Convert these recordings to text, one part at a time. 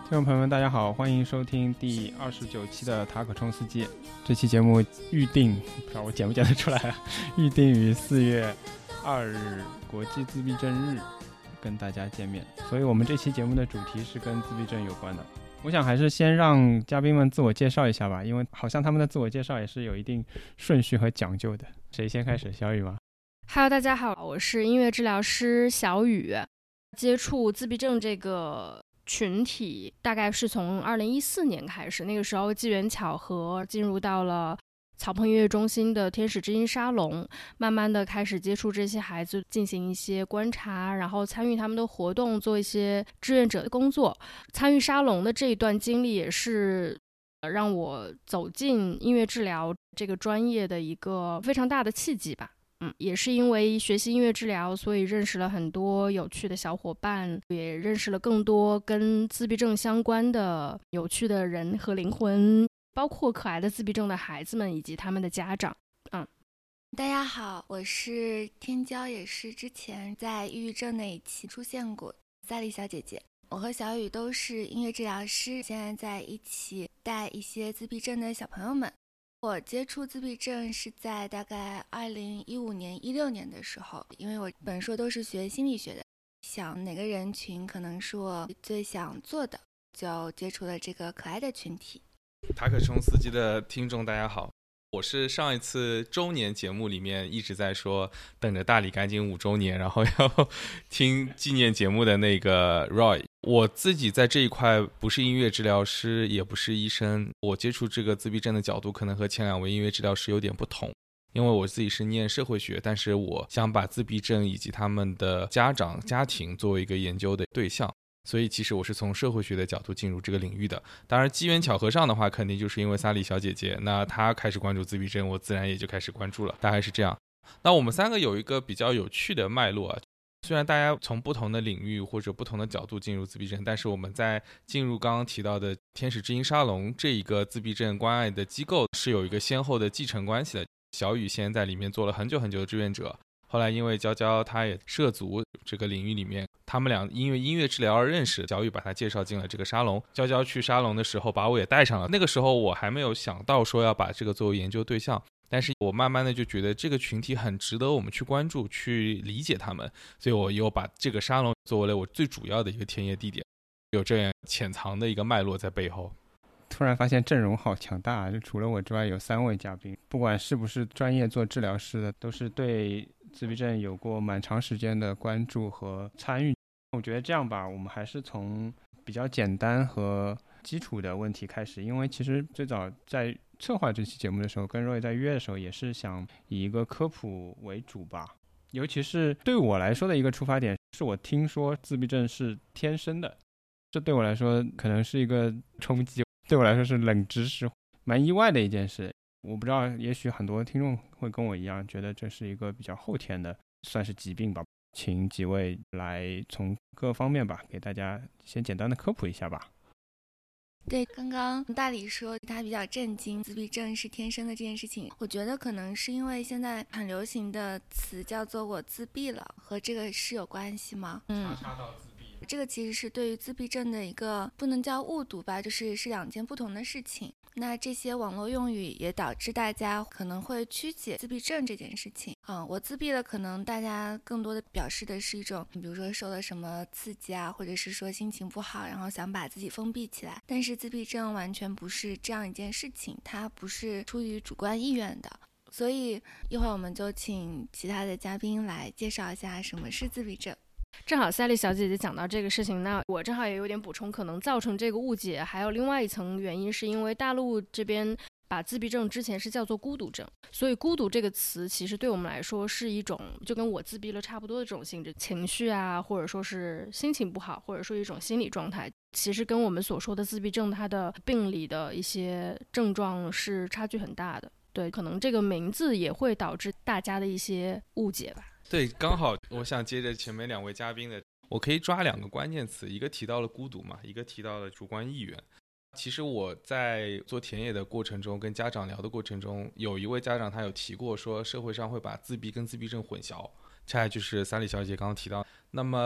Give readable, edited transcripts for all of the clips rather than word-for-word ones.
听众朋友们大家好，欢迎收听第29期的塔可冲司机。这期节目预定，不知道我剪不剪得出来啊，预定于4月2日国际自闭症日跟大家见面，所以我们这期节目的主题是跟自闭症有关的。我想还是先让嘉宾们自我介绍一下吧，因为好像他们的自我介绍也是有一定顺序和讲究的。谁先开始？小雨吗？ Hello， 大家好，我是音乐治疗师小雨。接触自闭症这个群体大概是从2014年开始，那个时候机缘巧合进入到了草棚音乐中心的天使之音沙龙，慢慢的开始接触这些孩子，进行一些观察，然后参与他们的活动，做一些志愿者的工作。参与沙龙的这一段经历也是让我走进音乐治疗这个专业的一个非常大的契机吧。也是因为学习音乐治疗，所以认识了很多有趣的小伙伴，也认识了更多跟自闭症相关的有趣的人和灵魂，包括可爱的自闭症的孩子们以及他们的家长。 大家好，我是天骄，也是之前在抑郁症那一期出现过萨莉小姐姐。我和小雨都是音乐治疗师，现在在一起带一些自闭症的小朋友们。我接触自闭症是在大概2015年、16年的时候，因为我本硕都是学心理学的，想哪个人群可能是我最想做的，就接触了这个可爱的群体。 塔可冲司机的听众大家好，我是上一次周年节目里面一直在说等着大理赶紧5周年，然后要听纪念节目的那个 Roy。我自己在这一块不是音乐治疗师，也不是医生，我接触这个自闭症的角度可能和前2位音乐治疗师有点不同，因为我自己是念社会学，但是我想把自闭症以及他们的家长家庭作为一个研究的对象，所以其实我是从社会学的角度进入这个领域的。当然机缘巧合上的话，肯定就是因为萨莉小姐姐，那她开始关注自闭症，我自然也就开始关注了，大概是这样。那我们3个有一个比较有趣的脉络啊，虽然大家从不同的领域或者不同的角度进入自闭症，但是我们在进入刚刚提到的天使之音沙龙这一个自闭症关爱的机构是有一个先后的继承关系的。小雨先在里面做了很久很久的志愿者，后来因为娇娇她也涉足这个领域里面，他们俩因为音乐治疗而认识，小雨把她介绍进了这个沙龙，娇娇去沙龙的时候把我也带上了。那个时候我还没有想到说要把这个作为研究对象，但是我慢慢的就觉得这个群体很值得我们去关注去理解他们，所以我又把这个沙龙作为了我最主要的一个田野地点，有这样潜藏的一个脉络在背后。 突然发现阵容好强大，就除了我之外有3位嘉宾，不管是不是专业做治疗师的，都是对自闭症有过蛮长时间的关注和参与。我觉得这样吧，我们还是从比较简单和基础的问题开始，因为其实最早在策划这期节目的时候，跟 Roy 在约的时候也是想以一个科普为主吧，尤其是对我来说的一个出发点是我听说自闭症是天生的，这对我来说可能是一个冲击，对我来说是冷知识，蛮意外的一件事。我不知道，也许很多听众会跟我一样觉得这是一个比较后天的算是疾病吧，请几位来从各方面吧给大家先简单的科普一下吧。 对，刚刚大理说他比较震惊自闭症是天生的这件事情，我觉得可能是因为现在很流行的词叫做我自闭了，和这个是有关系吗？ 插到自闭， 这个其实是对于自闭症的一个不能叫误读吧，就是2件不同的事情。那这些网络用语也导致大家可能会曲解自闭症这件事情。我自闭了，可能大家更多的表示的是一种，比如说受了什么刺激啊，或者是说心情不好，然后想把自己封闭起来。但是自闭症完全不是这样一件事情，它不是出于主观意愿的。所以一会儿我们就请其他的嘉宾来介绍一下什么是自闭症。 正好赛莉小姐姐讲到这个事情，那我正好也有点补充，可能造成这个误解还有另外一层原因，是因为大陆这边把自闭症之前是叫做孤独症，所以孤独这个词其实对我们来说是一种就跟我自闭了差不多的这种性质，情绪啊，或者说是心情不好，或者说一种心理状态，其实跟我们所说的自闭症它的病理的一些症状是差距很大的。对，可能这个名字也会导致大家的一些误解吧。 对，刚好我想接着前面2位嘉宾的，我可以抓2个关键词，一个提到了孤独嘛，一个提到了主观意愿。其实我在做田野的过程中，跟家长聊的过程中，有一位家长他有提过说，社会上会把自闭跟自闭症混淆，恰恰就是萨莉小姐刚刚提到。那么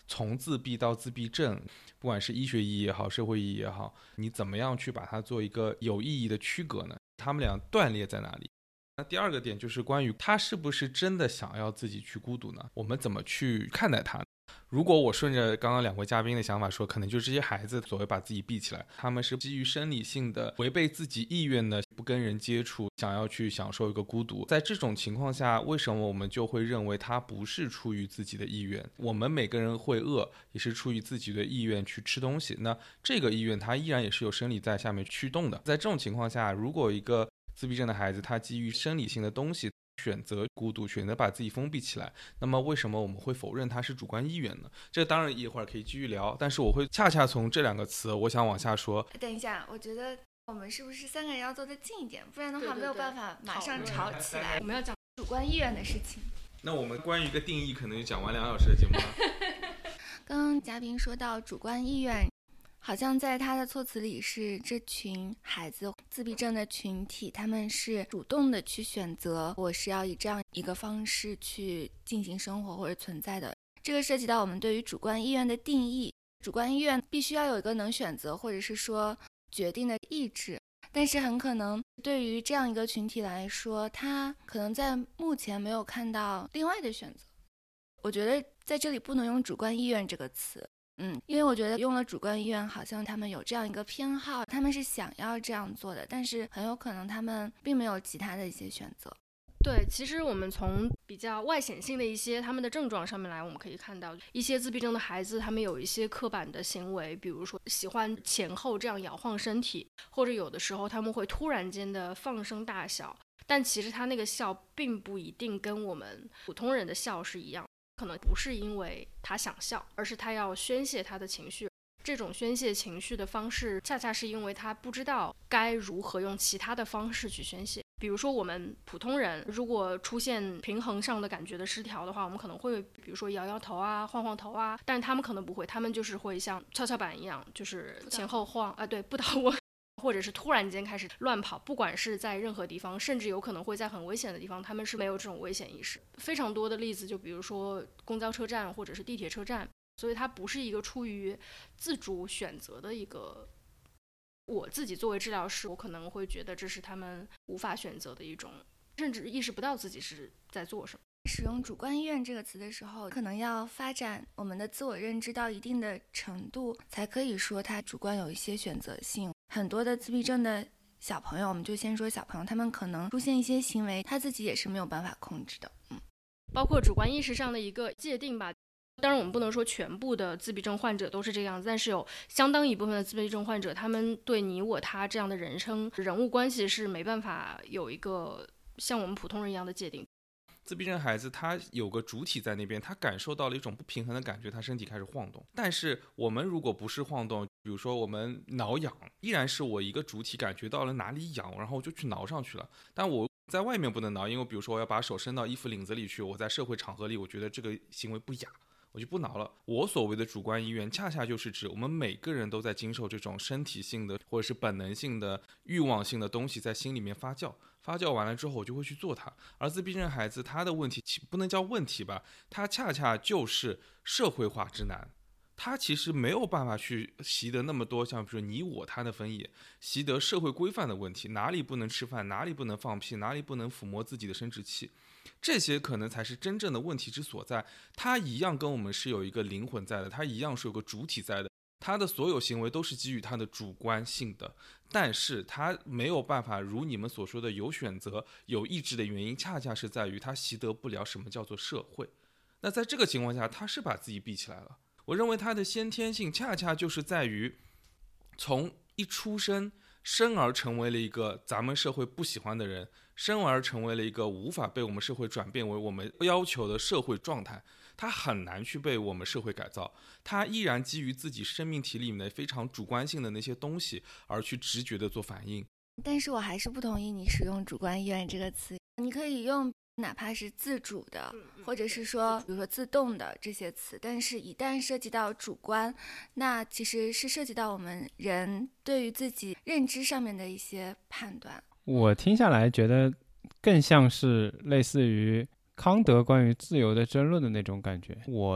从自闭到自闭症，不管是医学意义也好，社会意义也好，你怎么样去把它做一个有意义的区隔呢？他们俩断裂在哪里？那第二个点就是关于他是不是真的想要自己去孤独呢？我们怎么去看待他？如果我顺着刚刚两位嘉宾的想法说，可能就是这些孩子所谓把自己闭起来，他们是基于生理性的违背自己意愿的不跟人接触，想要去享受一个孤独。在这种情况下，为什么我们就会认为他不是出于自己的意愿？我们每个人会饿，也是出于自己的意愿去吃东西，那这个意愿它依然也是有生理在下面驱动的。在这种情况下，如果一个自闭症的孩子他基于生理性的东西选择孤独，选择把自己封闭起来，那么为什么我们会否认它是主观意愿呢？这当然一会儿可以继续聊，但是我会恰恰从这两个词我想往下说。 等一下，我觉得我们是不是三个人要坐得近一点，不然的话对没有办法马上吵起来。 我们要讲主观意愿的事情。 那我们关于一个定义可能就讲完2小时的节目了。 刚刚嘉宾说到主观意愿，好像在他的措辞里是这群孩子自闭症的群体，他们是主动的去选择我是要以这样一个方式去进行生活或者存在的。这个涉及到我们对于主观意愿的定义，主观意愿必须要有一个能选择或者是说决定的意志，但是很可能对于这样一个群体来说，他可能在目前没有看到另外的选择。我觉得在这里不能用主观意愿这个词，因为我觉得用了主观意愿，好像他们有这样一个偏好，他们是想要这样做的，但是很有可能他们并没有其他的一些选择。 对，其实我们从比较外显性的一些他们的症状上面来，我们可以看到一些自闭症的孩子，他们有一些刻板的行为，比如说喜欢前后这样摇晃身体，或者有的时候他们会突然间的放声大笑，但其实他那个笑并不一定跟我们普通人的笑是一样，可能不是因为他想笑，而是他要宣泄他的情绪。这种宣泄情绪的方式，恰恰是因为他不知道该如何用其他的方式去宣泄。比如说我们普通人如果出现平衡上的感觉的失调的话，我们可能会比如说摇摇头啊，晃晃头啊，但是他们可能不会，他们就是会像跷跷板一样，就是前后晃啊，对，不倒翁，或者是突然间开始乱跑，不管是在任何地方，甚至有可能会在很危险的地方，他们是没有这种危险意识。非常多的例子，就比如说公交车站或者是地铁车站，所以它不是一个出于自主选择的一个。我自己作为治疗师，我可能会觉得这是他们无法选择的一种，甚至意识不到自己是在做什么。 使用主观意愿这个词的时候，可能要发展我们的自我认知到一定的程度，才可以说他主观有一些选择性。很多的自闭症的小朋友，我们就先说小朋友，他们可能出现一些行为，他自己也是没有办法控制的。 包括主观意识上的一个界定吧。当然我们不能说全部的自闭症患者都是这个样子，但是有相当一部分的自闭症患者，他们对你我他这样的人生人物关系是没办法有一个像我们普通人一样的界定。 自闭症孩子他有个主体在那边，他感受到了一种不平衡的感觉，他身体开始晃动。但是我们如果不是晃动，比如说我们挠痒，依然是我一个主体感觉到了哪里痒，然后我就去挠上去了。但我在外面不能挠，因为比如说我要把手伸到衣服领子里去，我在社会场合里我觉得这个行为不雅，我就不挠了。我所谓的主观意愿恰恰就是指我们每个人都在经受这种身体性的或者是本能性的欲望性的东西在心里面发酵完了之后我就会去做它。而自闭症孩子他的问题不能叫问题吧，他恰恰就是社会化之难。他其实没有办法去习得那么多像比如说你我他的分野，习得社会规范的问题，哪里不能吃饭，哪里不能放屁，哪里不能抚摸自己的生殖器，这些可能才是真正的问题之所在。他一样跟我们是有一个灵魂在的，他一样是有个主体在的，他的所有行为都是基于他的主观性的，但是他没有办法如你们所说的有选择有意志的原因，恰恰是在于他习得不了什么叫做社会。那在这个情况下，他是把自己闭起来了。我认为他的先天性恰恰就是在于从一出生生而成为了一个咱们社会不喜欢的人，生而成为了一个无法被我们社会转变为我们要求的社会状态，他很难去被我们社会改造，他依然基于自己生命体里面的非常主观性的那些东西而去直觉的做反应。 但是我还是不同意你使用主观意愿这个词，你可以用哪怕是自主的或者是说比如说自动的这些词，但是一旦涉及到主观，那其实是涉及到我们人对于自己认知上面的一些判断。 我听下来觉得更像是类似于康德关于自由的争论的那种感觉。我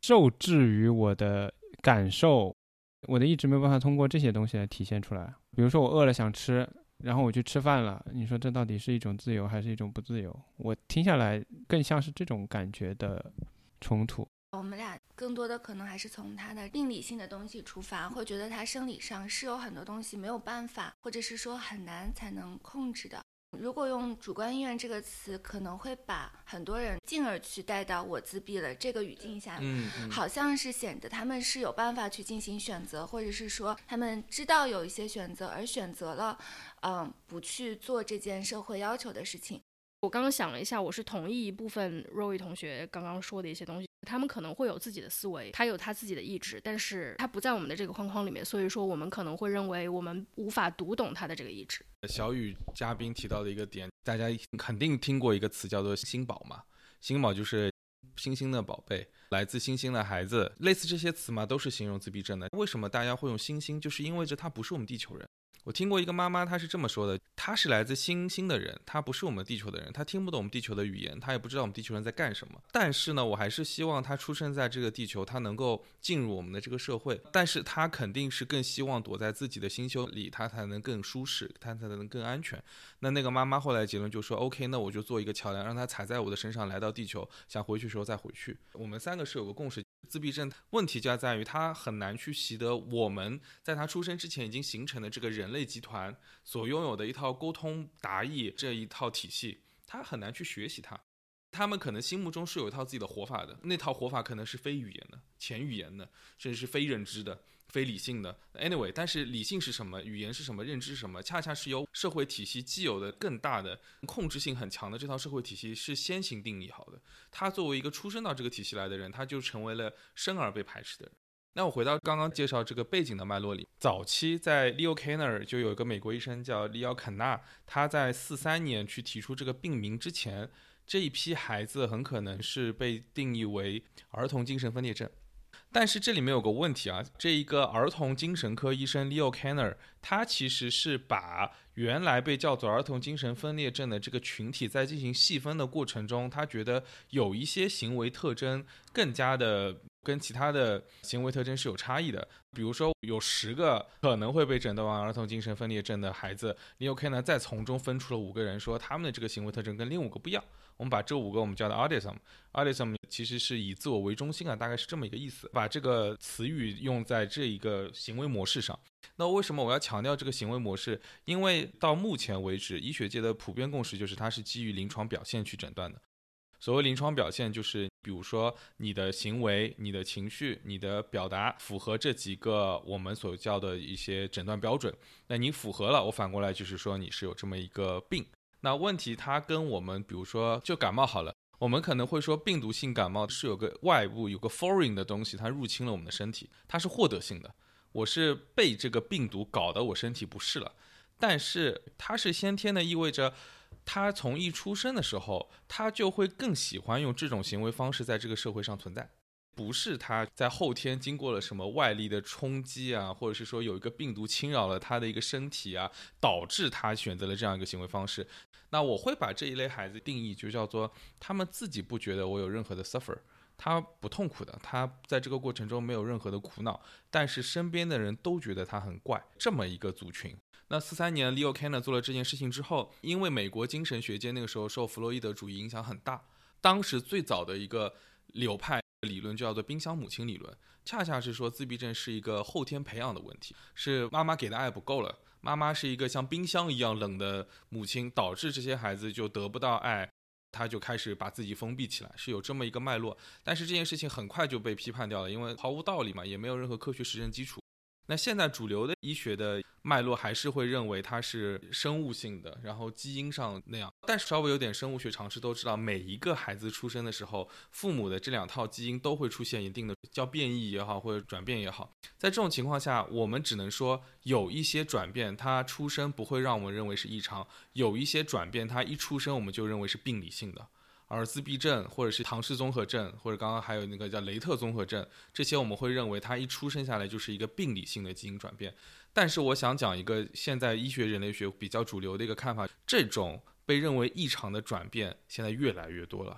受制于我的感受，我的意志没有办法通过这些东西来体现出来。比如说我饿了想吃，然后我去吃饭了，你说这到底是一种自由还是一种不自由？我听下来更像是这种感觉的冲突。 我们俩更多的可能还是从他的病理性的东西出发，会觉得他生理上是有很多东西没有办法，或者是说很难才能控制的。如果用主观意愿这个词，可能会把很多人进而去带到我自闭了这个语境下，好像是显得他们是有办法去进行选择，或者是说他们知道有一些选择而选择了不去做这件社会要求的事情。 我刚刚想了一下，我是同意一部分 Roy 同学刚刚说的一些东西，他们可能会有自己的思维，他有他自己的意志，但是他不在我们的这个框框里面，所以说我们可能会认为我们无法读懂他的这个意志。 小雨嘉宾提到的一个点，大家肯定听过一个词叫做星宝嘛，星宝就是星星的宝贝，来自星星的孩子，类似这些词嘛，都是形容自闭症的。为什么大家会用星星？就是因为他不是我们地球人。我听过一个妈妈，她是这么说的，她是来自星星的人，她不是我们地球的人，她听不懂我们地球的语言，她也不知道我们地球人在干什么。但是呢，我还是希望她出生在这个地球，她能够进入我们的这个社会，但是她肯定是更希望躲在自己的星球里，她才能更舒适，她才能更安全。那个妈妈后来结论就说 OK， 那我就做一个桥梁，让她踩在我的身上来到地球，想回去的时候再回去。我们三个是有个共识，自闭症问题就在于他很难去习得我们在他出生之前已经形成的这个人类集团所拥有的一套沟通达意这一套体系，他很难去学习它。他们可能心目中是有一套自己的活法的，那套活法可能是非语言的、前语言的，甚至是非认知的、非理性的 anyway， 但是理性是什么，语言是什么，认知是什么，恰恰是由社会体系既有的更大的控制性很强的这套社会体系是先行定义好的。他作为一个出生到这个体系来的人，他就成为了生而被排斥的人。那我回到刚刚介绍这个背景的脉络里，早期在 Leo Kanner 就有一个美国医生叫利奥肯纳，他在43年去提出这个病名之前，这一批孩子很可能是被定义为儿童精神分裂症。但是这里面有个问题啊，这一个儿童精神科医生 Leo Kanner， 他其实是把原来被叫做儿童精神分裂症的这个群体在进行细分的过程中，他觉得有一些行为特征更加的跟其他的行为特征是有差异的。比如说有10个可能会被诊断为儿童精神分裂症的孩子， Leo Kanner 再从中分出了5个人，说他们的这个行为特征跟另5个不一样。我们把这5个我们叫的 autism 其实是以自我为中心啊，大概是这么一个意思，把这个词语用在这一个行为模式上。那为什么我要强调这个行为模式？因为到目前为止医学界的普遍共识就是它是基于临床表现去诊断的。所谓临床表现就是比如说你的行为、你的情绪、你的表达符合这几个我们所叫的一些诊断标准，那你符合了，我反过来就是说你是有这么一个病。那问题它跟我们比如说就感冒好了，我们可能会说病毒性感冒是有个外部有个 foreign 的东西，它入侵了我们的身体，它是获得性的，我是被这个病毒搞得我身体不适了。但是它是先天的，意味着他从一出生的时候他就会更喜欢用这种行为方式在这个社会上存在，不是他在后天经过了什么外力的冲击啊，或者是说有一个病毒侵扰了他的一个身体啊，导致他选择了这样一个行为方式。那我会把这一类孩子定义就叫做他们自己不觉得我有任何的 suffer， 他不痛苦的，他在这个过程中没有任何的苦恼，但是身边的人都觉得他很怪，这么一个族群。那43年 Leo Kanner 做了这件事情之后，因为美国精神学界那个时候受弗洛伊德主义影响很大，当时最早的一个流派理论就叫做冰箱母亲理论，恰恰是说自闭症是一个后天培养的问题，是妈妈给的爱不够了，妈妈是一个像冰箱一样冷的母亲，导致这些孩子就得不到爱，他就开始把自己封闭起来，是有这么一个脉络。但是这件事情很快就被批判掉了，因为毫无道理嘛，也没有任何科学实证基础。那现在主流的医学的脉络还是会认为它是生物性的，然后基因上那样，但是稍微有点生物学常识都知道，每一个孩子出生的时候，父母的这2套基因都会出现一定的叫变异也好，或者转变也好。在这种情况下，我们只能说有一些转变它出生不会让我们认为是异常，有一些转变它一出生我们就认为是病理性的。而自闭症或者是唐氏综合症，或者刚刚还有那个叫雷特综合症，这些我们会认为它一出生下来就是一个病理性的基因转变。但是我想讲一个现在医学人类学比较主流的一个看法，这种被认为异常的转变现在越来越多了，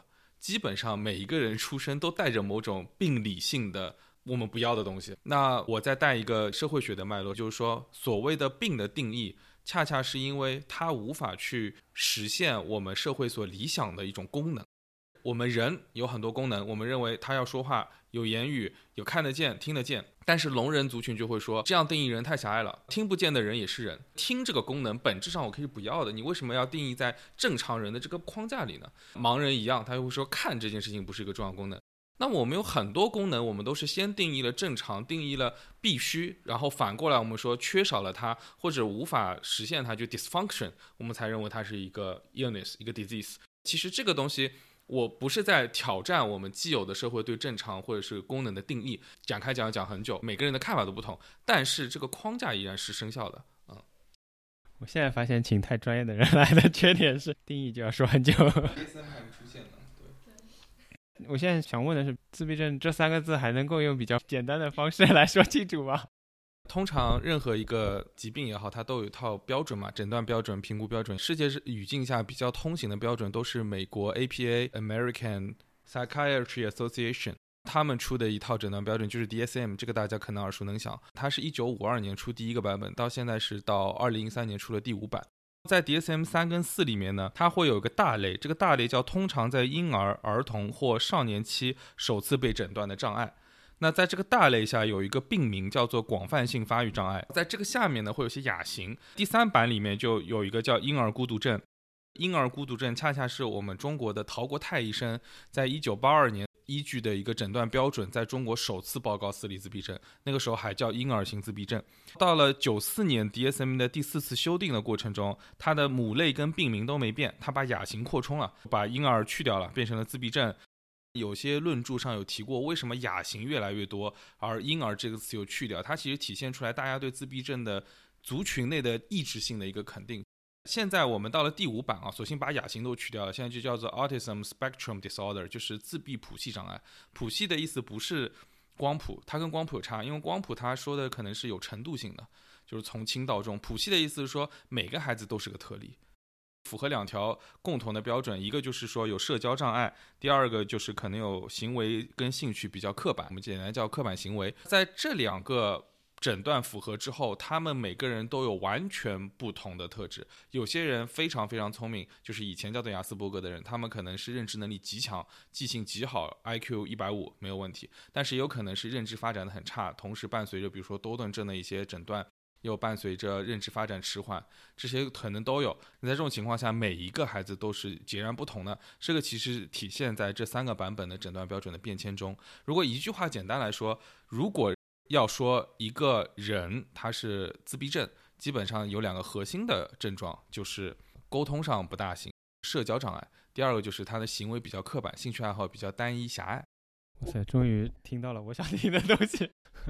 基本上每一个人出生都带着某种病理性的我们不要的东西。那我再带一个社会学的脉络，就是说所谓的病的定义恰恰是因为它无法去实现我们社会所理想的一种功能。我们人有很多功能，我们认为他要说话，有言语，有看得见听得见，但是聋人族群就会说这样定义人太狭隘了，听不见的人也是人，听这个功能本质上我可以不要的，你为什么要定义在正常人的这个框架里呢？盲人一样，他会说看这件事情不是一个重要功能。那么我们有很多功能，我们都是先定义了正常，定义了必须，然后反过来我们说缺少了它或者无法实现它，就 dysfunction， 我们才认为它是一个 illness， 一个 disease。 其实这个东西我不是在挑战我们既有的社会对正常或者是功能的定义，展开讲很久，每个人的看法都不同，但是这个框架依然是生效的。 我现在发现请太专业的人来的缺点是定义就要说很久。我现在想问的是，自闭症这3个字还能够用比较简单的方式来说清楚吗？ 通常任何一个疾病也好，它都有一套标准嘛，诊断标准、评估标准。世界语境下比较通行的标准都是美国 APA American Psychiatry Association 他们出的一套诊断标准，就是 DSM， 这个大家可能耳熟能详。它是1952年出第一个版本，到现在是到2013年出了第5版。在 DSM 3跟4里面呢，它会有一个大类，这个大类叫通常在婴儿、儿童或少年期首次被诊断的障碍。那在这个大类下有一个病名叫做广泛性发育障碍，在这个下面呢会有些亚型。第3版里面就有一个叫婴儿孤独症。婴儿孤独症恰恰是我们中国的陶国泰医生在1982年依据的一个诊断标准，在中国首次报告4例自闭症，那个时候还叫婴儿型自闭症。到了94年 DSM 的第4次修订的过程中，它的母类跟病名都没变，它把亚型扩充了，把婴儿去掉了，变成了自闭症。有些论著上有提过为什么亚型越来越多，而婴儿这个词又去掉，它其实体现出来大家对自闭症的族群内的意志性的一个肯定。现在我们到了第5版啊，索性把亚型都去掉了，现在就叫做 Autism Spectrum Disorder， 就是自闭谱系障碍。谱系的意思不是光谱，它跟光谱有差，因为光谱它说的可能是有程度性的，就是从轻到重。谱系的意思是说每个孩子都是个特例，符合2条共同的标准，一个就是说有社交障碍，第二个就是可能有行为跟兴趣比较刻板，我们简单叫刻板行为。在这2个诊断符合之后，他们每个人都有完全不同的特质。有些人非常非常聪明，就是以前叫做雅斯伯格的人，他们可能是认知能力极强，记性极好， IQ 150没有问题，但是有可能是认知发展的很差，同时伴随着比如说多动症的一些诊断，又伴随着认知发展迟缓，这些可能都有。在这种情况下，每一个孩子都是截然不同的，这个其实体现在这3个版本的诊断标准的变迁中。如果一句话简单来说，如果要说一个人他是自闭症，基本上有2个核心的症状，就是沟通上不大行，社交障碍，第二个就是他的行为比较刻板，兴趣爱好比较单一狭隘。 哇塞，终于听到了我想听的东西。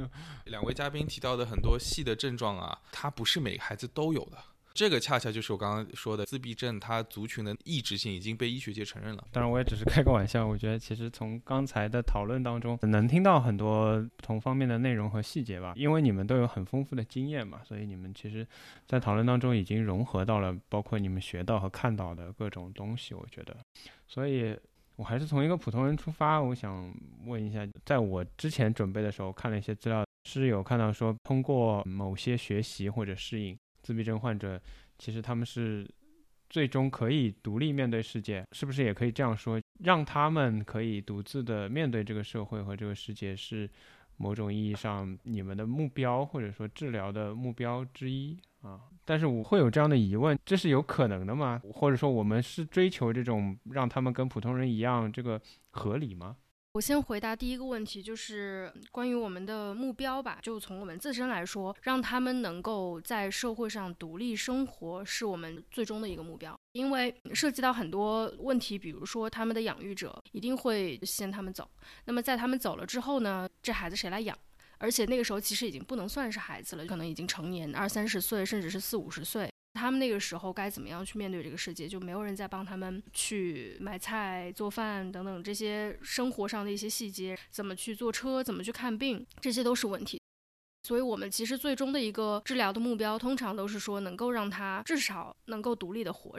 2位嘉宾提到的很多细的症状啊，它不是每个孩子都有的，这个恰恰就是我刚刚说的自闭症它族群的异质性已经被医学界承认了。 当然我也只是开个玩笑，我觉得其实从刚才的讨论当中能听到很多不同方面的内容和细节吧，因为你们都有很丰富的经验嘛，所以你们其实在讨论当中已经融合到了包括你们学到和看到的各种东西，我觉得。所以我还是从一个普通人出发，我想问一下，在我之前准备的时候看了一些资料，是有看到说通过某些学习或者适应，自闭症患者其实他们是最终可以独立面对世界，是不是也可以这样说，让他们可以独自的面对这个社会和这个世界，是某种意义上你们的目标或者说治疗的目标之一啊？但是我会有这样的疑问，这是有可能的吗？或者说我们是追求这种让他们跟普通人一样，这个合理吗？ 我先回答第一个问题，就是关于我们的目标吧。就从我们自身来说，让他们能够在社会上独立生活，是我们最终的一个目标。因为涉及到很多问题，比如说他们的养育者一定会先他们走，那么在他们走了之后呢，这孩子谁来养？而且那个时候其实已经不能算是孩子了，可能已经成年，20-30岁，甚至是40-50岁。他们那个时候该怎么样去面对这个世界，就没有人再帮他们去买菜做饭等等这些生活上的一些细节，怎么去坐车，怎么去看病，这些都是问题。所以我们其实最终的一个治疗的目标通常都是说能够让他至少能够独立的活着，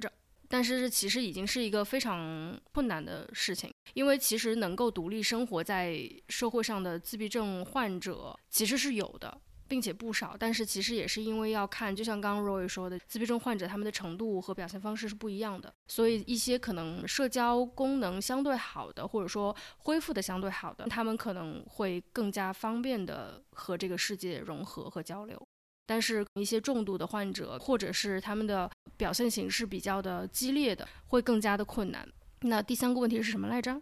但是这其实已经是一个非常困难的事情，因为其实能够独立生活在社会上的自闭症患者其实是有的，并且不少，但是其实也是因为要看，就像刚刚 Roy 说的，自闭症患者他们的程度和表现方式是不一样的，所以一些可能社交功能相对好的，或者说恢复的相对好的，他们可能会更加方便的和这个世界融合和交流。但是一些重度的患者，或者是他们的表现形式比较的激烈的，会更加的困难。那第三个问题是什么来着？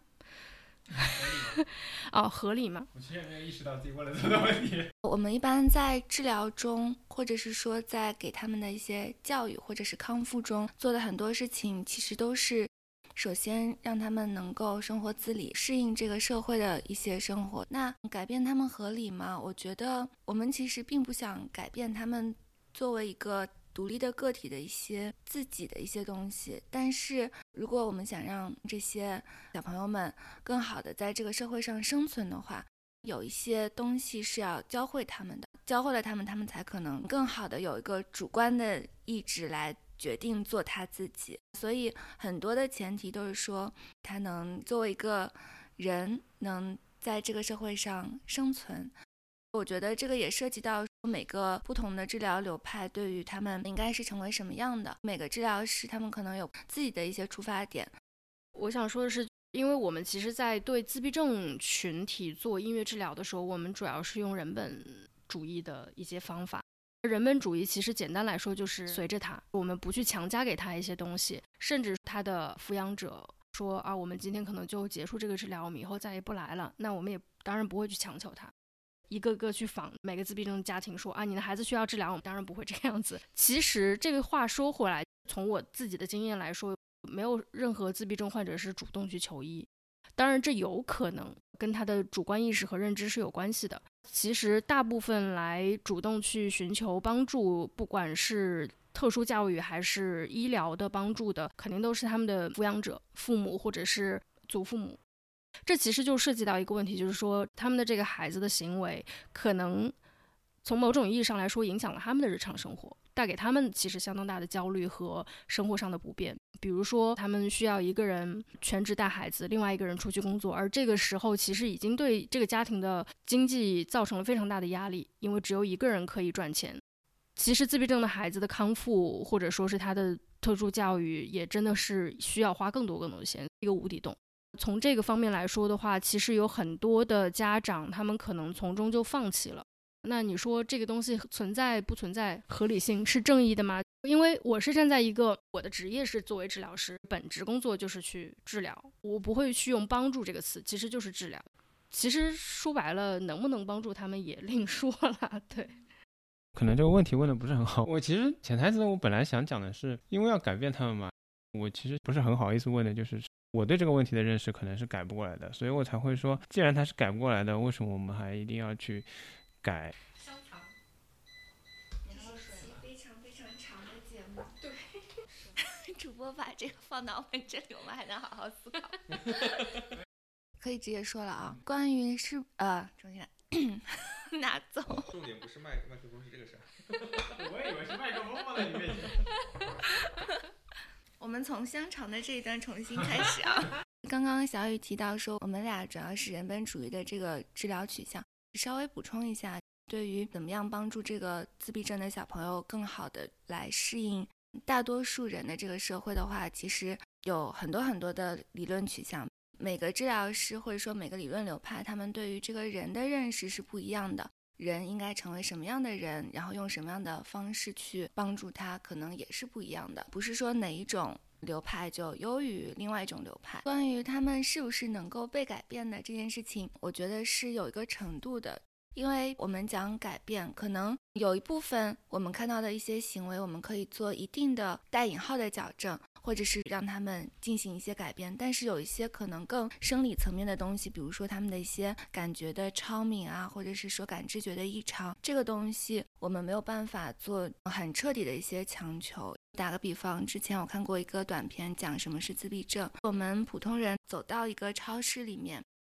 哦，合理吗？ 我其实也没有意识到自己问了这么多问题。 我们一般在治疗中，或者是说在给他们的一些教育或者是康复中做的很多事情，其实都是首先让他们能够生活自理，适应这个社会的一些生活。那改变他们合理吗？我觉得我们其实并不想改变他们作为一个独立的个体的一些自己的一些东西，但是如果我们想让这些小朋友们更好的在这个社会上生存的话，有一些东西是要教会他们的，教会了他们，他们才可能更好的有一个主观的意志来决定做他自己。所以很多的前提都是说他能作为一个人能在这个社会上生存。我觉得这个也涉及到每个不同的治疗流派对于他们应该是成为什么样的，每个治疗师他们可能有自己的一些出发点。 我想说的是，因为我们其实在对自闭症群体做音乐治疗的时候，我们主要是用人本主义的一些方法。人本主义其实简单来说就是随着他，我们不去强加给他一些东西，甚至他的抚养者说啊，我们今天可能就结束这个治疗，我们以后再也不来了，那我们也当然不会去强求他。一个个去访每个自闭症家庭说啊，你的孩子需要治疗，我们当然不会这样子。其实这个话说回来，从我自己的经验来说，没有任何自闭症患者是主动去求医，当然这有可能跟他的主观意识和认知是有关系的。其实大部分来主动去寻求帮助，不管是特殊教育还是医疗的帮助的，肯定都是他们的抚养者、父母或者是祖父母。这其实就涉及到一个问题，就是说他们的这个孩子的行为可能从某种意义上来说影响了他们的日常生活，带给他们其实相当大的焦虑和生活上的不便。比如说他们需要一个人全职带孩子，另外一个人出去工作，而这个时候其实已经对这个家庭的经济造成了非常大的压力，因为只有一个人可以赚钱。其实自闭症的孩子的康复或者说是他的特殊教育也真的是需要花更多的钱，一个无底洞。从这个方面来说的话，其实有很多的家长他们可能从中就放弃了。那你说这个东西存在不存在合理性，是正义的吗？因为我是站在一个我的职业是作为治疗师，本职工作就是去治疗，我不会去用帮助这个词，其实就是治疗。其实说白了，能不能帮助他们也另说了。对， 可能这个问题问的不是很好。我其实潜台词我本来想讲的是，因为要改变他们嘛，我其实不是很好意思问的，就是我对这个问题的认识可能是改不过来的，所以我才会说，既然它是改不过来的，为什么我们还一定要去改？ 香肠， 非常非常长的节目，对，主播把这个放到我们这里，我们还能好好思考。可以直接说了啊，关于是重新来。拿走。 重点不是麦克风，是这个事儿。 我以为是麦克风放在你面前。 我们从香肠的这一段重新开始啊。刚刚小雨提到说，我们俩主要是人本主义的这个治疗取向，稍微补充一下，对于怎么样帮助这个自闭症的小朋友更好的来适应大多数人的这个社会的话，其实有很多很多的理论取向。每个治疗师或者说每个理论流派，他们对于这个人的认识是不一样的，人应该成为什么样的人，然后用什么样的方式去帮助他，可能也是不一样的，不是说哪一种流派就优于另外一种流派。关于他们是不是能够被改变的这件事情，我觉得是有一个程度的。因为我们讲改变，可能有一部分我们看到的一些行为，我们可以做一定的带引号的矫正，或者是让他们进行一些改变，但是有一些可能更生理层面的东西，比如说他们的一些感觉的超敏啊，或者是说感知觉的异常，这个东西我们没有办法做很彻底的一些强求。打个比方，之前我看过一个短片讲什么是自闭症，我们普通人走到一个超市里面，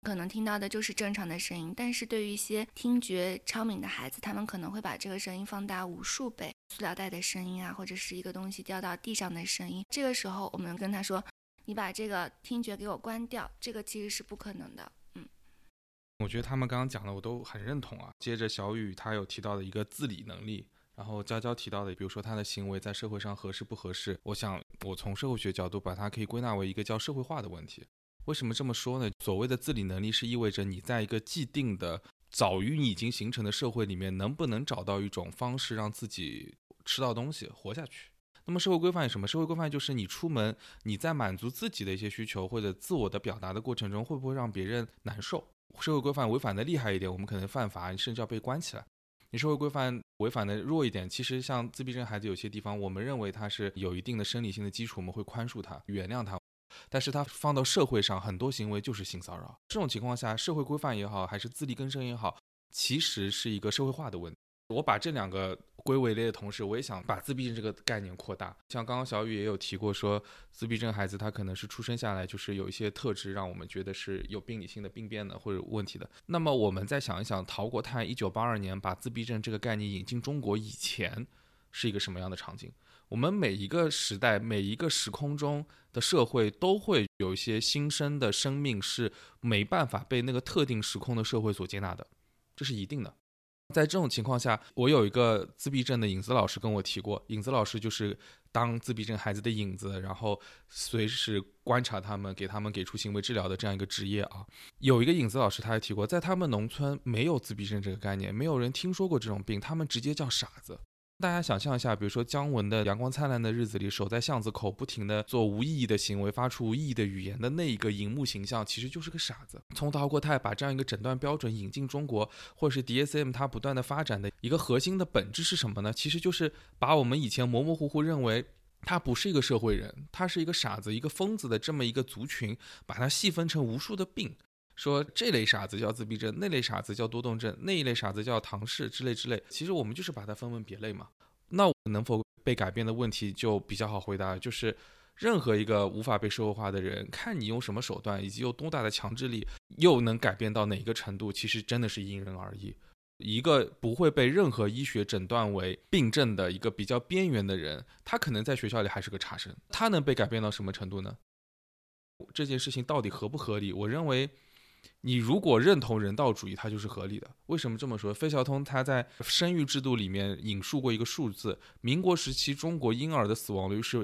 可能听到的就是正常的声音，但是对于一些听觉超敏的孩子，他们可能会把这个声音放大无数倍，塑料袋的声音啊，或者是一个东西掉到地上的声音。这个时候我们跟他说，你把这个听觉给我关掉，这个其实是不可能的。 我觉得他们刚刚讲的我都很认同啊。接着小雨他有提到的一个自理能力，然后娇娇提到的比如说他的行为在社会上合适不合适，我想我从社会学角度把它可以归纳为一个叫社会化的问题。为什么这么说呢？所谓的自理能力是意味着你在一个既定的早于你已经形成的社会里面，能不能找到一种方式让自己吃到东西活下去。那么社会规范是什么？社会规范就是你出门，你在满足自己的一些需求或者自我的表达的过程中，会不会让别人难受。社会规范违反的厉害一点，我们可能犯法，甚至要被关起来。你社会规范违反的弱一点，其实像自闭症孩子有些地方，我们认为他是有一定的生理性的基础，我们会宽恕他，原谅他。但是他放到社会上，很多行为就是性骚扰。这种情况下，社会规范也好，还是自力更生也好，其实是一个社会化的问题。我把这两个归为类的同时，我也想把自闭症这个概念扩大。像刚刚小雨也有提过说，自闭症孩子他可能是出生下来就是有一些特质让我们觉得是有病理性的病变的或者问题的。那么我们再想一想，陶国泰1982年把自闭症这个概念引进中国以前是一个什么样的场景。我们每一个时代每一个时空中的社会都会有一些新生的生命是没办法被那个特定时空的社会所接纳的，这是一定的。在这种情况下，我有一个自闭症的影子老师跟我提过，影子老师就是当自闭症孩子的影子，然后随时观察他们，给他们给出行为治疗的这样一个职业啊。有一个影子老师他还提过，在他们农村没有自闭症这个概念，没有人听说过这种病，他们直接叫傻子。大家想象一下，比如说姜文的《阳光灿烂的日子里》，守在巷子口不停的做无意义的行为，发出无意义的语言的那一个荧幕形象，其实就是个傻子。从陶国泰把这样一个诊断标准引进中国，或者是 DSM 它不断的发展的一个核心的本质是什么呢？其实就是把我们以前模模糊糊认为他不是一个社会人，他是一个傻子一个疯子的这么一个族群，把它细分成无数的病，说这类傻子叫自闭症，那类傻子叫多动症，那一类傻子叫唐氏之类之类。其实我们就是把它分门别类嘛。那能否被改变的问题就比较好回答，就是任何一个无法被社会化的人，看你用什么手段以及有多大的强制力，又能改变到哪个程度，其实真的是因人而异。一个不会被任何医学诊断为病症的一个比较边缘的人，他可能在学校里还是个差生，他能被改变到什么程度呢？这件事情到底合不合理？我认为你如果认同人道主义，它就是合理的。为什么这么说？费孝通他在生育制度里面引述过一个数字，民国时期中国婴儿的死亡率是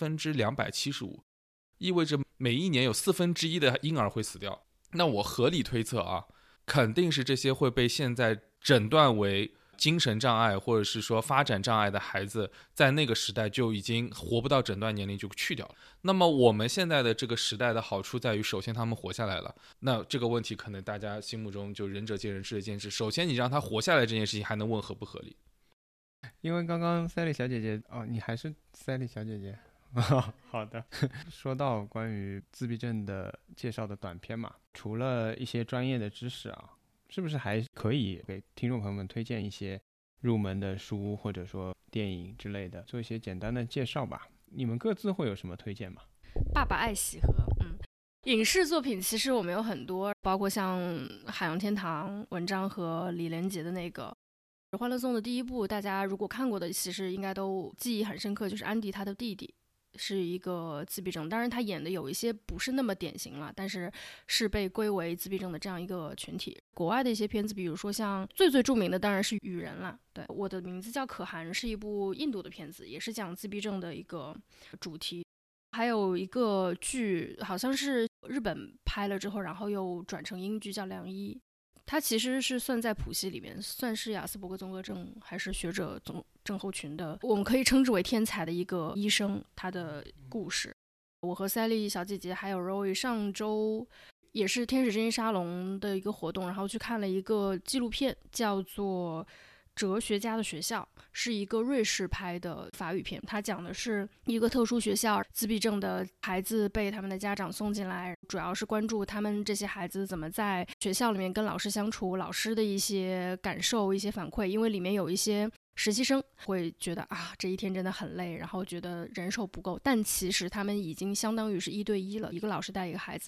275%，意味着每一年有1/4的婴儿会死掉。那我合理推测啊，肯定是这些会被现在诊断为精神障碍或者是说发展障碍的孩子，在那个时代就已经活不到诊断年龄就去掉了。那么我们现在的这个时代的好处在于，首先他们活下来了，那这个问题可能大家心目中就仁者见仁，智者见智。首先你让他活下来这件事情还能问合不合理。 因为刚刚Sally小姐姐你还是Sally小姐姐好的说到关于自闭症的介绍的短片嘛，除了一些专业的知识啊，是不是还可以给听众朋友们推荐一些入门的书或者说电影之类的，做一些简单的介绍吧？你们各自会有什么推荐吗？ 爸爸爱喜和，影视作品其实我们有很多，包括像海洋天堂文章和李连杰的那个《欢乐颂》的第一部，大家如果看过的其实应该都记忆很深刻，就是安迪他的弟弟是一个自闭症，当然他演的有一些不是那么典型了，但是是被归为自闭症的这样一个群体。国外的一些片子，比如说像最著名的当然是雨人了，对，我的名字叫可汗，是一部印度的片子，也是讲自闭症的一个主题。还有一个剧好像是日本拍了之后然后又转成英剧，叫良医，他其实是算在谱系里面，算是亚斯伯格综合症还是学者症候群的，我们可以称之为天才的一个医生，他的故事。我和Sally小姐姐还有 Roy 上周也是天使之音沙龙的一个活动，然后去看了一个纪录片，叫做哲学家的学校，是一个瑞士拍的法语片，它讲的是一个特殊学校，自闭症的孩子被他们的家长送进来，主要是关注他们这些孩子怎么在学校里面跟老师相处，老师的一些感受一些反馈，因为里面有一些实习生会觉得这一天真的很累，然后觉得人手不够，但其实他们已经相当于是1对1了，一个老师带一个孩子，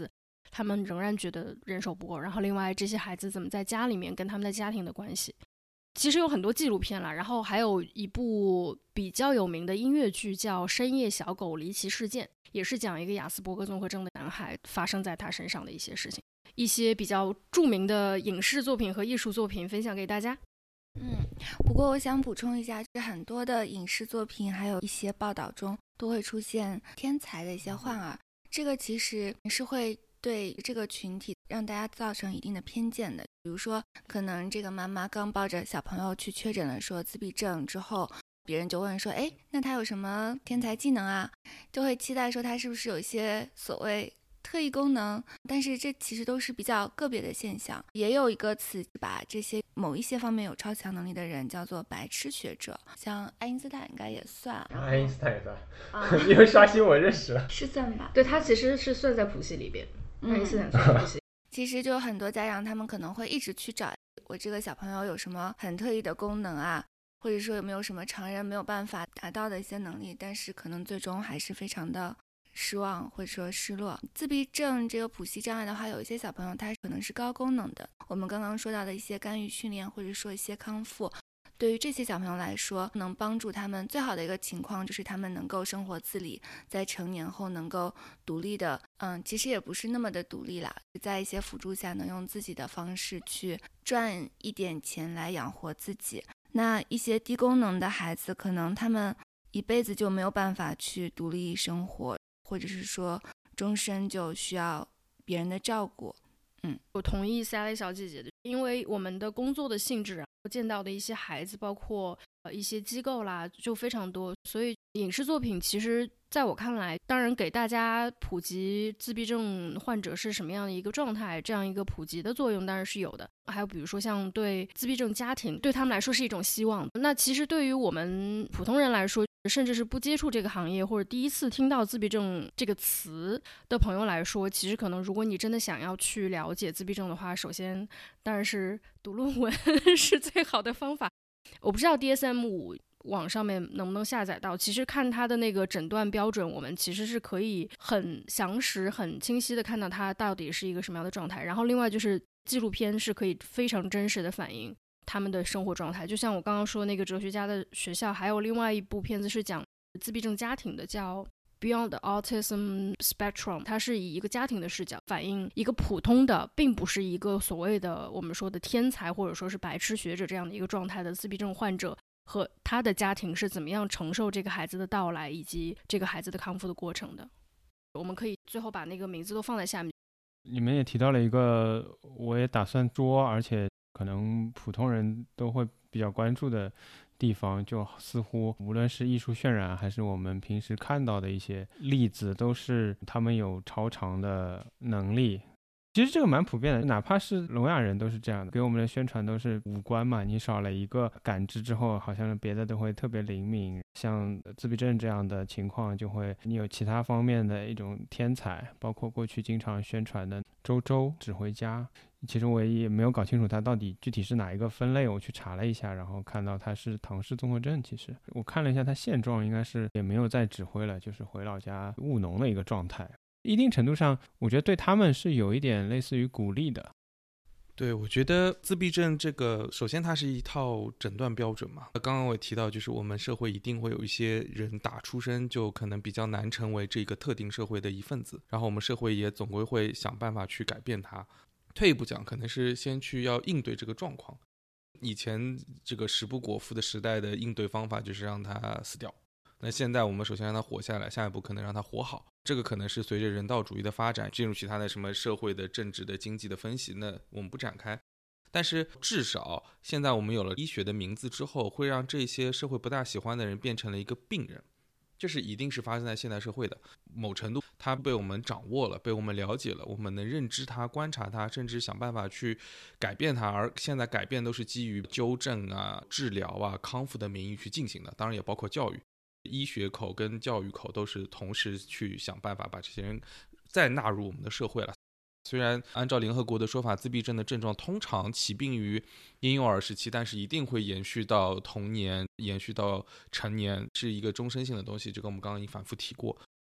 他们仍然觉得人手不够，然后另外这些孩子怎么在家里面跟他们的家庭的关系。其实有很多纪录片啦，然后还有一部比较有名的音乐剧叫《深夜小狗离奇事件》，也是讲一个亚斯伯格综合症的男孩发生在他身上的一些事情。一些比较著名的影视作品和艺术作品分享给大家。 不过我想补充一下，很多的影视作品还有一些报道中都会出现天才的一些患儿，这个其实是会对这个群体让大家造成一定的偏见的。比如说可能这个妈妈刚抱着小朋友去确诊了说自闭症之后，别人就问说，哎，那他有什么天才技能啊？就会期待说他是不是有一些所谓特异功能，但是这其实都是比较个别的现象。也有一个词把这些某一些方面有超强能力的人叫做白痴学者，像爱因斯坦应该也算。 爱因斯坦也算，因为刷新我认识了， 是算吧？ 对，他其实是算在谱系里边，爱因斯坦算谱系。 其实就有很多家长他们可能会一直去找我这个小朋友有什么很特异的功能啊，或者说有没有什么常人没有办法达到的一些能力，但是可能最终还是非常的失望或者说失落。自闭症这个谱系障碍的话，有一些小朋友他可能是高功能的，我们刚刚说到的一些干预训练或者说一些康复，对于这些小朋友来说，能帮助他们最好的一个情况就是他们能够生活自理，在成年后能够独立的，其实也不是那么的独立啦，在一些辅助下能用自己的方式去赚一点钱来养活自己。那一些低功能的孩子，可能他们一辈子就没有办法去独立生活，或者是说终身就需要别人的照顾。 我同意 Sally 小姐姐的，因为我们的工作的性质见到的一些孩子，包括一些机构啦，就非常多，所以影视作品其实在我看来，当然给大家普及自闭症患者是什么样的一个状态，这样一个普及的作用当然是有的。还有比如说像对自闭症家庭，对他们来说是一种希望。那其实对于我们普通人来说，甚至是不接触这个行业或者第一次听到自闭症这个词的朋友来说，其实可能如果你真的想要去了解自闭症的话，首先当然是读论文是最好的方法。我不知道 DSM-5 网上面能不能下载到，其实看它的那个诊断标准，我们其实是可以很详实很清晰的看到它到底是一个什么样的状态。然后另外就是纪录片是可以非常真实的反映他们的生活状态，就像我刚刚说那个哲学家的学校，还有另外一部片子是讲自闭症家庭的，叫 Beyond the Autism Spectrum， 它是以一个家庭的视角反映一个普通的，并不是一个所谓的我们说的天才或者说是白痴学者这样的一个状态的自闭症患者和他的家庭是怎么样承受这个孩子的到来以及这个孩子的康复的过程的。我们可以最后把那个名字都放在下面。 你们也提到了一个我也打算说，而且可能普通人都会比较关注的地方，就似乎无论是艺术渲染还是我们平时看到的一些例子，都是他们有超常的能力。其实这个蛮普遍的，哪怕是聋哑人都是这样的，给我们的宣传都是五官嘛，你少了一个感知之后，好像别的都会特别灵敏。像自闭症这样的情况，就会你有其他方面的一种天才，包括过去经常宣传的周周指挥家，其实我也没有搞清楚他到底具体是哪一个分类，我去查了一下，然后看到他是唐氏综合症。其实我看了一下他现状，应该是也没有再指挥了，就是回老家务农的一个状态。一定程度上我觉得对他们是有一点类似于鼓励的。 对，我觉得自闭症这个，首先它是一套诊断标准嘛。刚刚我也提到，就是我们社会一定会有一些人打出生就可能比较难成为这个特定社会的一份子，然后我们社会也总归会想办法去改变它。退一步讲，可能是先去要应对这个状况。以前这个食不果腹的时代的应对方法就是让他死掉，那现在我们首先让他活下来，下一步可能让他活好。这个可能是随着人道主义的发展进入其他的什么社会的政治的经济的分析，那我们不展开。但是至少现在我们有了医学的名字之后，会让这些社会不大喜欢的人变成了一个病人，这是一定是发生在现代社会的。某程度他被我们掌握了，被我们了解了，我们能认知他，观察他，甚至想办法去改变他。而现在改变都是基于纠正啊、治疗啊、康复的名义去进行的，当然也包括教育。医学口跟教育口都是同时去想办法把这些人再纳入我们的社会了。虽然按照联合国的说法，自闭症的症状通常起病于婴幼儿时期，但是一定会延续到童年，延续到成年，是一个终身性的东西，这个我们刚刚已经反复提过。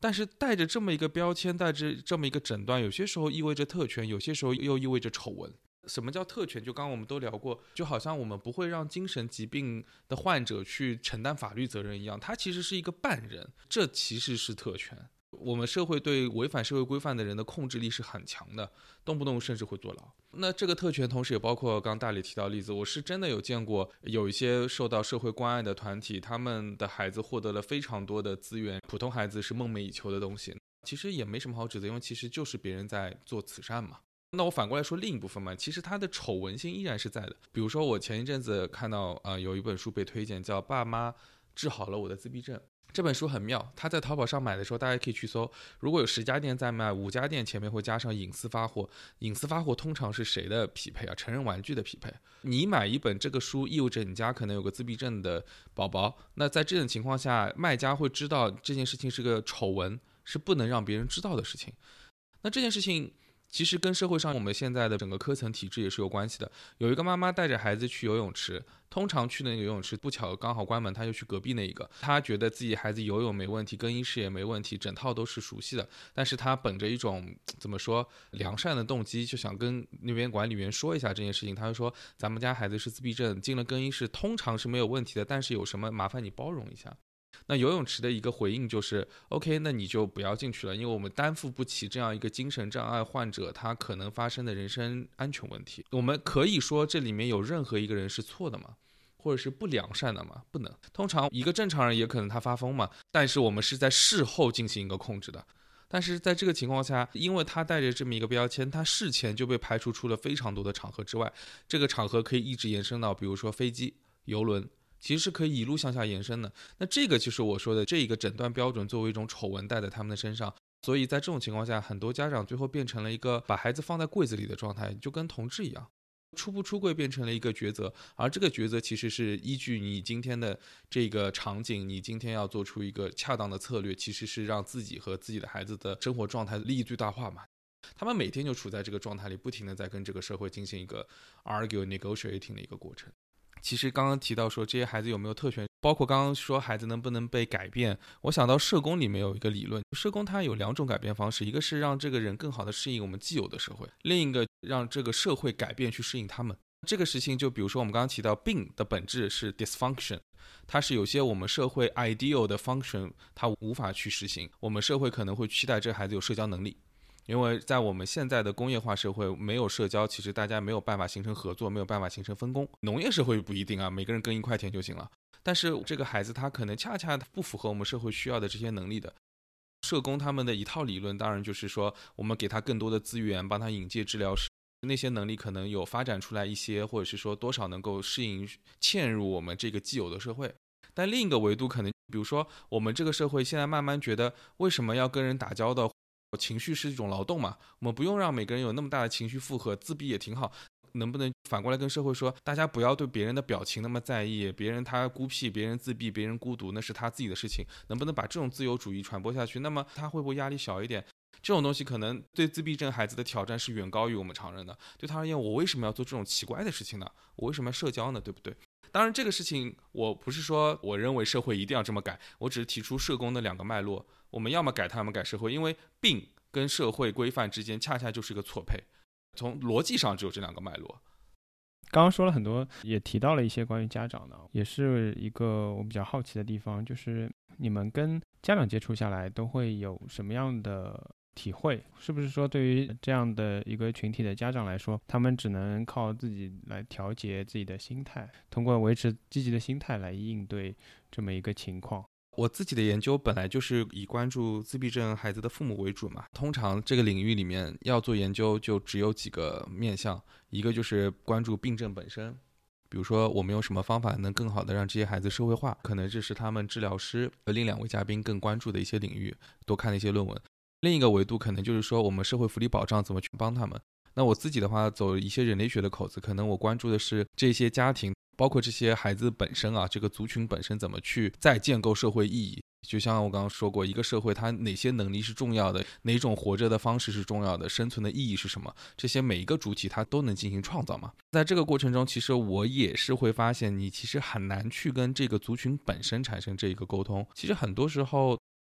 但是带着这么一个标签，带着这么一个诊断，有些时候意味着特权，有些时候又意味着丑闻。什么叫特权？就刚刚我们都聊过，就好像我们不会让精神疾病的患者去承担法律责任一样，他其实是一个半人，这其实是特权。我们社会对违反社会规范的人的控制力是很强的，动不动甚至会坐牢。那这个特权同时也包括刚大理提到的例子，我是真的有见过有一些受到社会关爱的团体，他们的孩子获得了非常多的资源，普通孩子是梦寐以求的东西，其实也没什么好指责，因为其实就是别人在做慈善嘛。那我反过来说另一部分嘛，其实它的丑闻性依然是在的。比如说我前一阵子看到有一本书被推荐，叫《爸妈治好了我的自闭症》。这本书很妙，他在淘宝上买的时候，大家可以去搜，如果有10家店在卖，5家店前面会加上隐私发货。隐私发货通常是谁的匹配啊？成人玩具的匹配。你买一本这个书，意味着你家可能有个自闭症的宝宝。那在这种情况下，卖家会知道这件事情是个丑闻，是不能让别人知道的事情。那这件事情其实跟社会上我们现在的整个科层体制也是有关系的。有一个妈妈带着孩子去游泳池，通常去的那个游泳池不巧刚好关门，她就去隔壁那一个。她觉得自己孩子游泳没问题，更衣室也没问题，整套都是熟悉的，但是她本着一种怎么说良善的动机，就想跟那边管理员说一下这件事情。她就说咱们家孩子是自闭症，进了更衣室通常是没有问题的，但是有什么麻烦你包容一下。那游泳池的一个回应就是 OK， 那你就不要进去了，因为我们担负不起这样一个精神障碍患者他可能发生的人身安全问题。我们可以说这里面有任何一个人是错的吗？或者是不良善的吗？不能。通常一个正常人也可能他发疯嘛，但是我们是在事后进行一个控制的。但是在这个情况下，因为他带着这么一个标签，他事前就被排除出了非常多的场合之外。这个场合可以一直延伸到比如说飞机、邮轮，其实是可以一路向下延伸的。那这个就是我说的这一个诊断标准作为一种丑闻带在他们的身上。所以在这种情况下，很多家长最后变成了一个把孩子放在柜子里的状态，就跟同志一样，出不出柜变成了一个抉择。而这个抉择其实是依据你今天的这个场景，你今天要做出一个恰当的策略，其实是让自己和自己的孩子的生活状态利益最大化嘛。他们每天就处在这个状态里，不停的在跟这个社会进行一个 argue negotiating 的一个过程。其实刚刚提到说这些孩子有没有特权，包括刚刚说孩子能不能被改变，我想到社工里面有一个理论，社工它有2种改变方式，一个是让这个人更好的适应我们既有的社会，另一个让这个社会改变去适应他们。这个事情就比如说我们刚刚提到病的本质是 dysfunction， 它是有些我们社会 ideal 的 function 它无法去实行，我们社会可能会期待这个孩子有社交能力，因为在我们现在的工业化社会，没有社交，其实大家没有办法形成合作，没有办法形成分工。农业社会不一定啊，每个人耕1块田就行了。但是这个孩子他可能恰恰不符合我们社会需要的这些能力的。社工他们的一套理论，当然就是说，我们给他更多的资源，帮他引介治疗师，那些能力可能有发展出来一些，或者是说多少能够适应嵌入我们这个既有的社会。但另一个维度可能，比如说我们这个社会现在慢慢觉得，为什么要跟人打交道？情绪是一种劳动嘛，我们不用让每个人有那么大的情绪负荷，自闭也挺好。能不能反过来跟社会说，大家不要对别人的表情那么在意，别人他孤僻，别人自闭，别人孤独，那是他自己的事情，能不能把这种自由主义传播下去？那么他会不会压力小一点？这种东西可能对自闭症孩子的挑战是远高于我们常人的。对他而言，我为什么要做这种奇怪的事情呢？我为什么要社交呢？对不对？当然这个事情我不是说我认为社会一定要这么改，我只是提出社工的2个脉络，我们要么改他，要么改社会，因为病跟社会规范之间恰恰就是一个错配，从逻辑上只有这2个脉络。 刚刚说了很多，也提到了一些关于家长的，也是一个我比较好奇的地方，就是你们跟家长接触下来都会有什么样的体会？是不是说对于这样的一个群体的家长来说，他们只能靠自己来调节自己的心态，通过维持积极的心态来应对这么一个情况？ 我自己的研究本来就是以关注自闭症孩子的父母为主嘛，通常这个领域里面要做研究就只有几个面向，一个就是关注病症本身，比如说我们用什么方法能更好的让这些孩子社会化，可能这是他们治疗师和另2位嘉宾更关注的一些领域，多看的一些论文。另一个维度可能就是说我们社会福利保障怎么去帮他们。那我自己的话走一些人类学的口子，可能我关注的是这些家庭，包括这些孩子本身啊，这个族群本身怎么去再建构社会意义。就像我刚刚说过，一个社会它哪些能力是重要的，哪种活着的方式是重要的，生存的意义是什么，这些每一个主体它都能进行创造嘛。在这个过程中，其实我也是会发现，你其实很难去跟这个族群本身产生这一个沟通。其实很多时候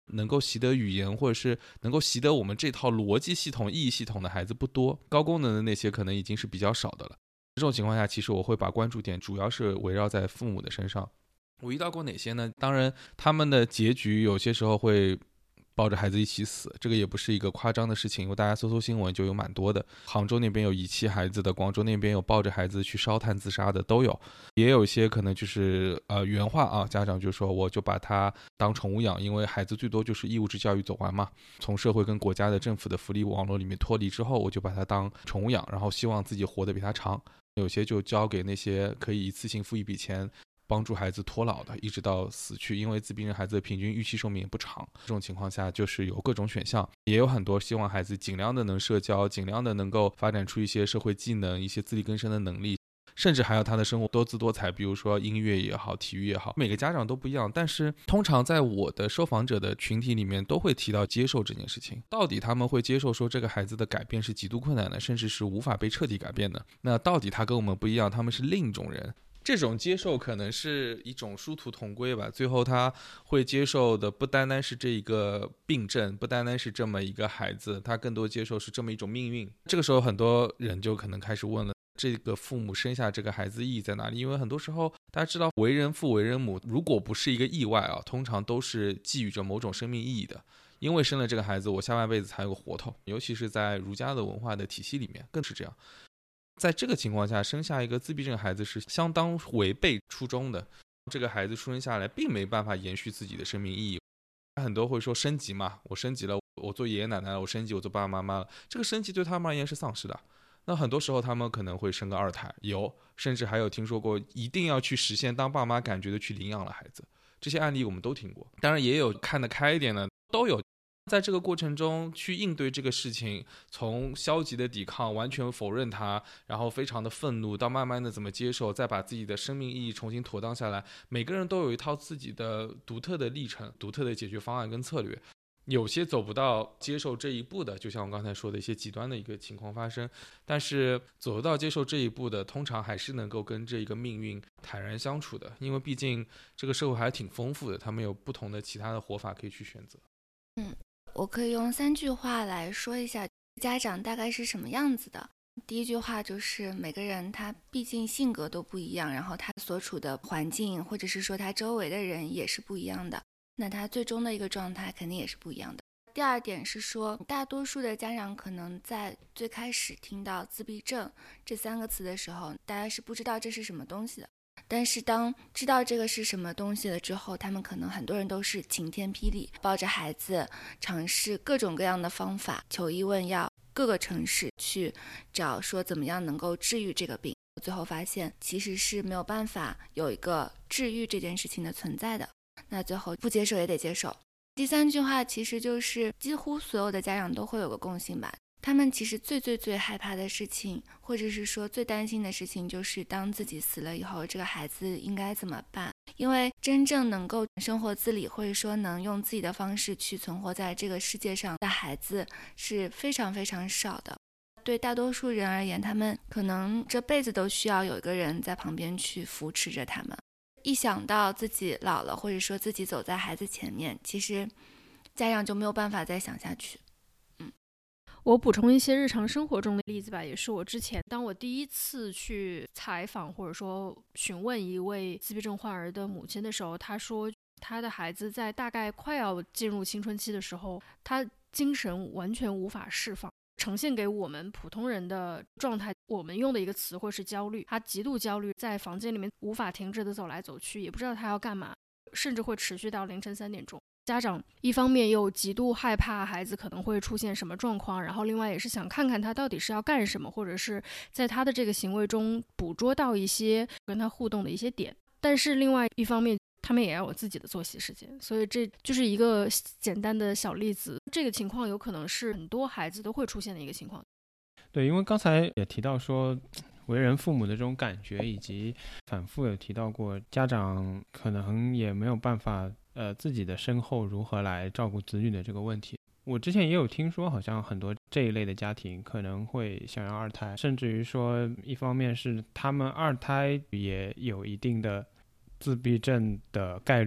能够习得语言或者是能够习得我们这套逻辑系统、意义系统的孩子不多，高功能的那些可能已经是比较少的了。这种情况下，其实我会把关注点主要是围绕在父母的身上。我遇到过哪些呢？当然他们的结局有些时候会抱着孩子一起死，这个也不是一个夸张的事情，因为大家搜新闻就有蛮多的。杭州那边有遗弃孩子的，广州那边有抱着孩子去烧炭自杀的，都有。也有一些可能就是原话啊，家长就说我就把他当宠物养，因为孩子最多就是义务制教育走完嘛，从社会跟国家的政府的福利网络里面脱离之后，我就把他当宠物养，然后希望自己活得比他长。有些就交给那些可以一次性付一笔钱帮助孩子托老的，一直到死去，因为自闭症孩子的平均预期寿命也不长。这种情况下就是有各种选项，也有很多希望孩子尽量的能社交，尽量的能够发展出一些社会技能，一些自力更生的能力，甚至还有他的生活多姿多彩，比如说音乐也好，体育也好，每个家长都不一样。但是通常在我的受访者的群体里面都会提到接受这件事情，到底他们会接受说这个孩子的改变是极度困难的，甚至是无法被彻底改变的，那到底他跟我们不一样，他们是另一种人。这种接受可能是一种殊途同归吧，最后他会接受的不单单是这一个病症，不单单是这么一个孩子，他更多接受是这么一种命运。这个时候很多人就可能开始问了，这个父母生下这个孩子意义在哪里？因为很多时候大家知道为人父为人母如果不是一个意外啊，通常都是寄予着某种生命意义的，因为生了这个孩子我下半辈子才有个活头，尤其是在儒家的文化的体系里面更是这样。在这个情况下生下一个自闭症孩子是相当违背初衷的，这个孩子出生下来并没办法延续自己的生命意义。很多会说升级嘛，我升级了，我做爷爷奶奶了，我升级，我做爸爸妈妈了，这个升级对他们而言是丧失的。那很多时候他们可能会生个二胎，有甚至还有听说过一定要去实现当爸妈感觉的去领养了孩子，这些案例我们都听过。当然也有看得开一点的，都有。在这个过程中去应对这个事情，从消极的抵抗完全否认它，然后非常的愤怒，到慢慢的怎么接受，再把自己的生命意义重新妥当下来。每个人都有一套自己的独特的历程，独特的解决方案跟策略。有些走不到接受这一步的，就像我刚才说的一些极端的一个情况发生，但是走得到接受这一步的，通常还是能够跟这一个命运坦然相处的，因为毕竟这个社会还挺丰富的，他们有不同的其他的活法可以去选择。 我可以用3句话来说一下家长大概是什么样子的。第一句话就是每个人他毕竟性格都不一样，然后他所处的环境或者是说他周围的人也是不一样的，那他最终的一个状态肯定也是不一样的。第二点是说，大多数的家长可能在最开始听到自闭症这3个词的时候，大家是不知道这是什么东西的，但是当知道这个是什么东西了之后，他们可能很多人都是晴天霹雳，抱着孩子尝试各种各样的方法，求医问药，各个城市去找说怎么样能够治愈这个病，最后发现其实是没有办法有一个治愈这件事情的存在的，那最后不接受也得接受。第3句话其实就是几乎所有的家长都会有个共性吧，他们其实最害怕的事情，或者是说最担心的事情，就是当自己死了以后，这个孩子应该怎么办？因为真正能够生活自理，或者说能用自己的方式去存活在这个世界上的孩子是非常非常少的。对大多数人而言，他们可能这辈子都需要有一个人在旁边去扶持着他们。一想到自己老了，或者说自己走在孩子前面，其实家长就没有办法再想下去。 我补充一些日常生活中的例子吧，也是我之前当我第一次去采访或者说询问一位自闭症患儿的母亲的时候，她说她的孩子在大概快要进入青春期的时候，他精神完全无法释放，呈现给我们普通人的状态，我们用的一个词汇是焦虑，他极度焦虑，在房间里面无法停止的走来走去，也不知道他要干嘛，甚至会持续到凌晨3点钟。家长一方面又极度害怕孩子可能会出现什么状况，然后另外也是想看看他到底是要干什么，或者是在他的这个行为中捕捉到一些跟他互动的一些点，但是另外一方面他们也要有自己的作息时间，所以这就是一个简单的小例子。这个情况有可能是很多孩子都会出现的一个情况。 对，因为刚才也提到说为人父母的这种感觉，以及反复有提到过家长可能也没有办法自己的身后如何来照顾子女的这个问题。我之前也有听说，好像很多这一类的家庭可能会想要二胎，甚至于说一方面是他们二胎也有一定的自闭症的概率，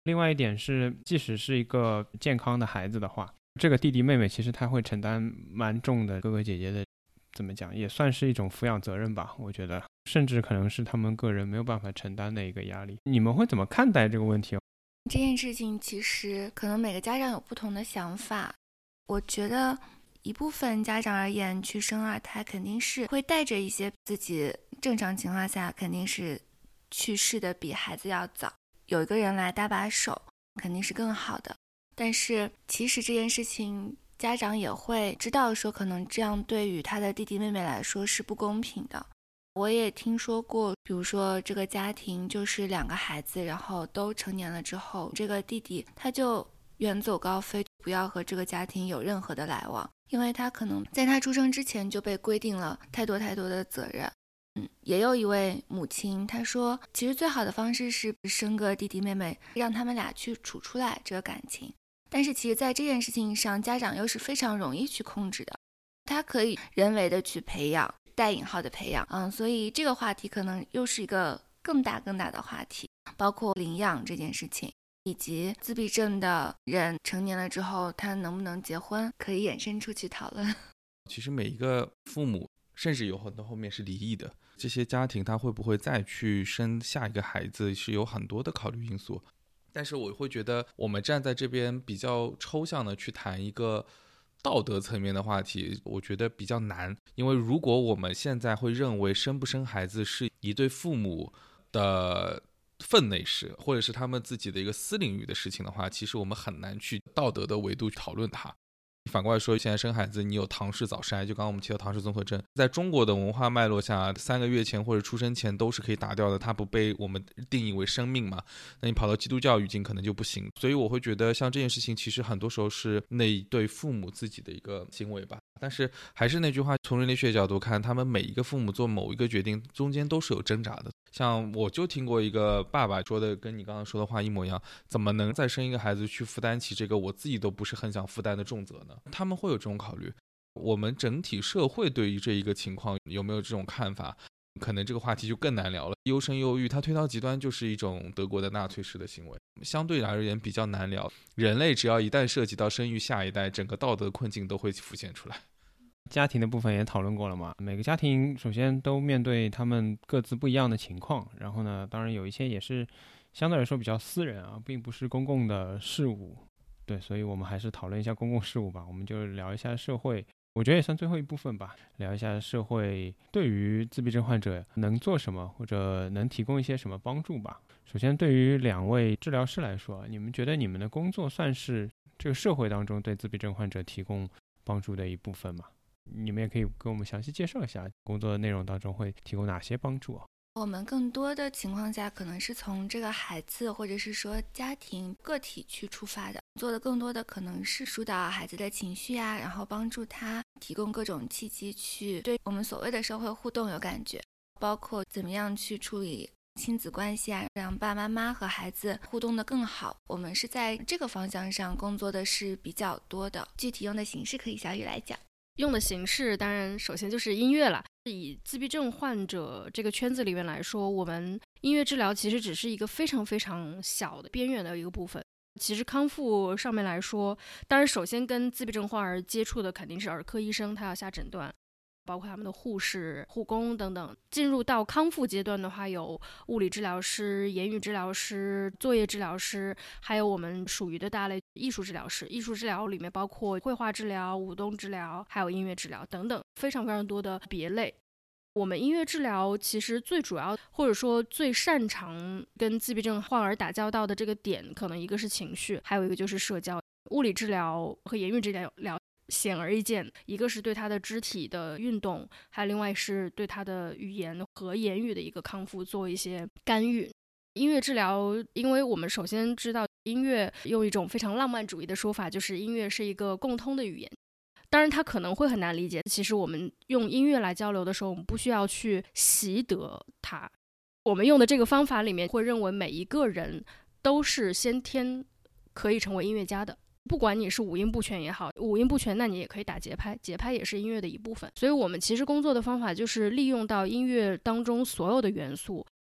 另外一点是，即使是一个健康的孩子的话，这个弟弟妹妹其实他会承担蛮重的哥哥姐姐的，怎么讲，也算是一种抚养责任吧，我觉得甚至可能是他们个人没有办法承担的一个压力。你们会怎么看待这个问题？ 这件事情其实可能每个家长有不同的想法。我觉得一部分家长而言，去生二胎肯定是会带着一些自己正常情况下肯定是去世的比孩子要早，有一个人来搭把手肯定是更好的。但是其实这件事情家长也会知道说，可能这样对于他的弟弟妹妹来说是不公平的。我也听说过，比如说这个家庭就是2个孩子，然后都成年了之后，这个弟弟他就远走高飞，不要和这个家庭有任何的来往，因为他可能在他出生之前就被规定了太多的责任。也有一位母亲，她说其实最好的方式是生个弟弟妹妹，让他们俩去处出来这个感情。但是其实在这件事情上，家长又是非常容易去控制的，他可以人为的去培养，带引号的培养，所以这个话题可能又是一个更大的话题，包括领养这件事情，以及自闭症的人成年了之后他能不能结婚，可以衍生出去讨论。 其实每一个父母，甚至有很多后面是离异的，这些家庭他会不会再去生下一个孩子，是有很多的考虑因素。但是我会觉得我们站在这边比较抽象的去谈一个道德层面的话题，我觉得比较难。因为如果我们现在会认为生不生孩子是一对父母的分内事，或者是他们自己的一个私领域的事情的话，其实我们很难去道德的维度去讨论它。反过来说，现在生孩子你有唐氏早筛，就刚刚我们提到唐氏综合症，在中国的文化脉络下，3个月前或者出生前都是可以打掉的，它不被我们定义为生命嘛，那你跑到基督教语境可能就不行。所以我会觉得像这件事情其实很多时候是那一对父母自己的一个行为吧。但是还是那句话，从人类学角度看，他们每一个父母做某一个决定中间都是有挣扎的。像我就听过一个爸爸说的跟你刚刚说的话一模一样，怎么能再生一个孩子去负担起这个我自己都不是很想负担的重责呢？他们会有这种考虑。我们整体社会对于这一个情况有没有这种看法，可能这个话题就更难聊了。优生优育它推到极端就是一种德国的纳粹式的行为，相对而言比较难聊。人类只要一旦涉及到生育下一代，整个道德困境都会浮现出来。 家庭的部分也讨论过了嘛，每个家庭首先都面对他们各自不一样的情况，然后呢当然有一些也是相对来说比较私人啊，并不是公共的事务。对，所以我们还是讨论一下公共事务吧，我们就聊一下社会，我觉得也算最后一部分吧，聊一下社会对于自闭症患者能做什么，或者能提供一些什么帮助吧。首先对于2位治疗师来说，你们觉得你们的工作算是这个社会当中对自闭症患者提供帮助的一部分吗？你们也可以跟我们详细介绍一下工作的内容当中会提供哪些帮助啊？ 我们更多的情况下可能是从这个孩子或者是说家庭个体去出发的，做的更多的可能是疏导孩子的情绪啊，然后帮助他提供各种契机去对我们所谓的社会互动有感觉，包括怎么样去处理亲子关系啊，让爸爸妈妈和孩子互动的更好。我们是在这个方向上工作的是比较多的，具体用的形式可以小雨来讲。 用的形式当然首先就是音乐了。以自闭症患者这个圈子里面来说，我们音乐治疗其实只是一个非常非常小的边缘的一个部分。其实康复上面来说，当然首先跟自闭症患儿接触的肯定是儿科医生，他要下诊断，包括他们的护士、护工等等。进入到康复阶段的话，有物理治疗师、言语治疗师、作业治疗师，还有我们属于的大类艺术治疗师。艺术治疗里面包括绘画治疗、舞动治疗，还有音乐治疗等等，非常非常多的别类。我们音乐治疗其实最主要或者说最擅长跟自闭症患儿打交道的这个点，可能一个是情绪，还有一个就是社交。物理治疗和言语治疗显而易见，一个是对他的肢体的运动，还有另外是对他的语言和言语的一个康复做一些干预。音乐治疗，因为我们首先知道音乐用一种非常浪漫主义的说法，就是音乐是一个共通的语言。当然它可能会很难理解，其实我们用音乐来交流的时候，我们不需要去习得它。我们用的这个方法里面会认为每一个人都是先天可以成为音乐家的，不管你是五音不全也好，五音不全那你也可以打节拍，节拍也是音乐的一部分。所以我们其实工作的方法就是利用到音乐当中所有的元素，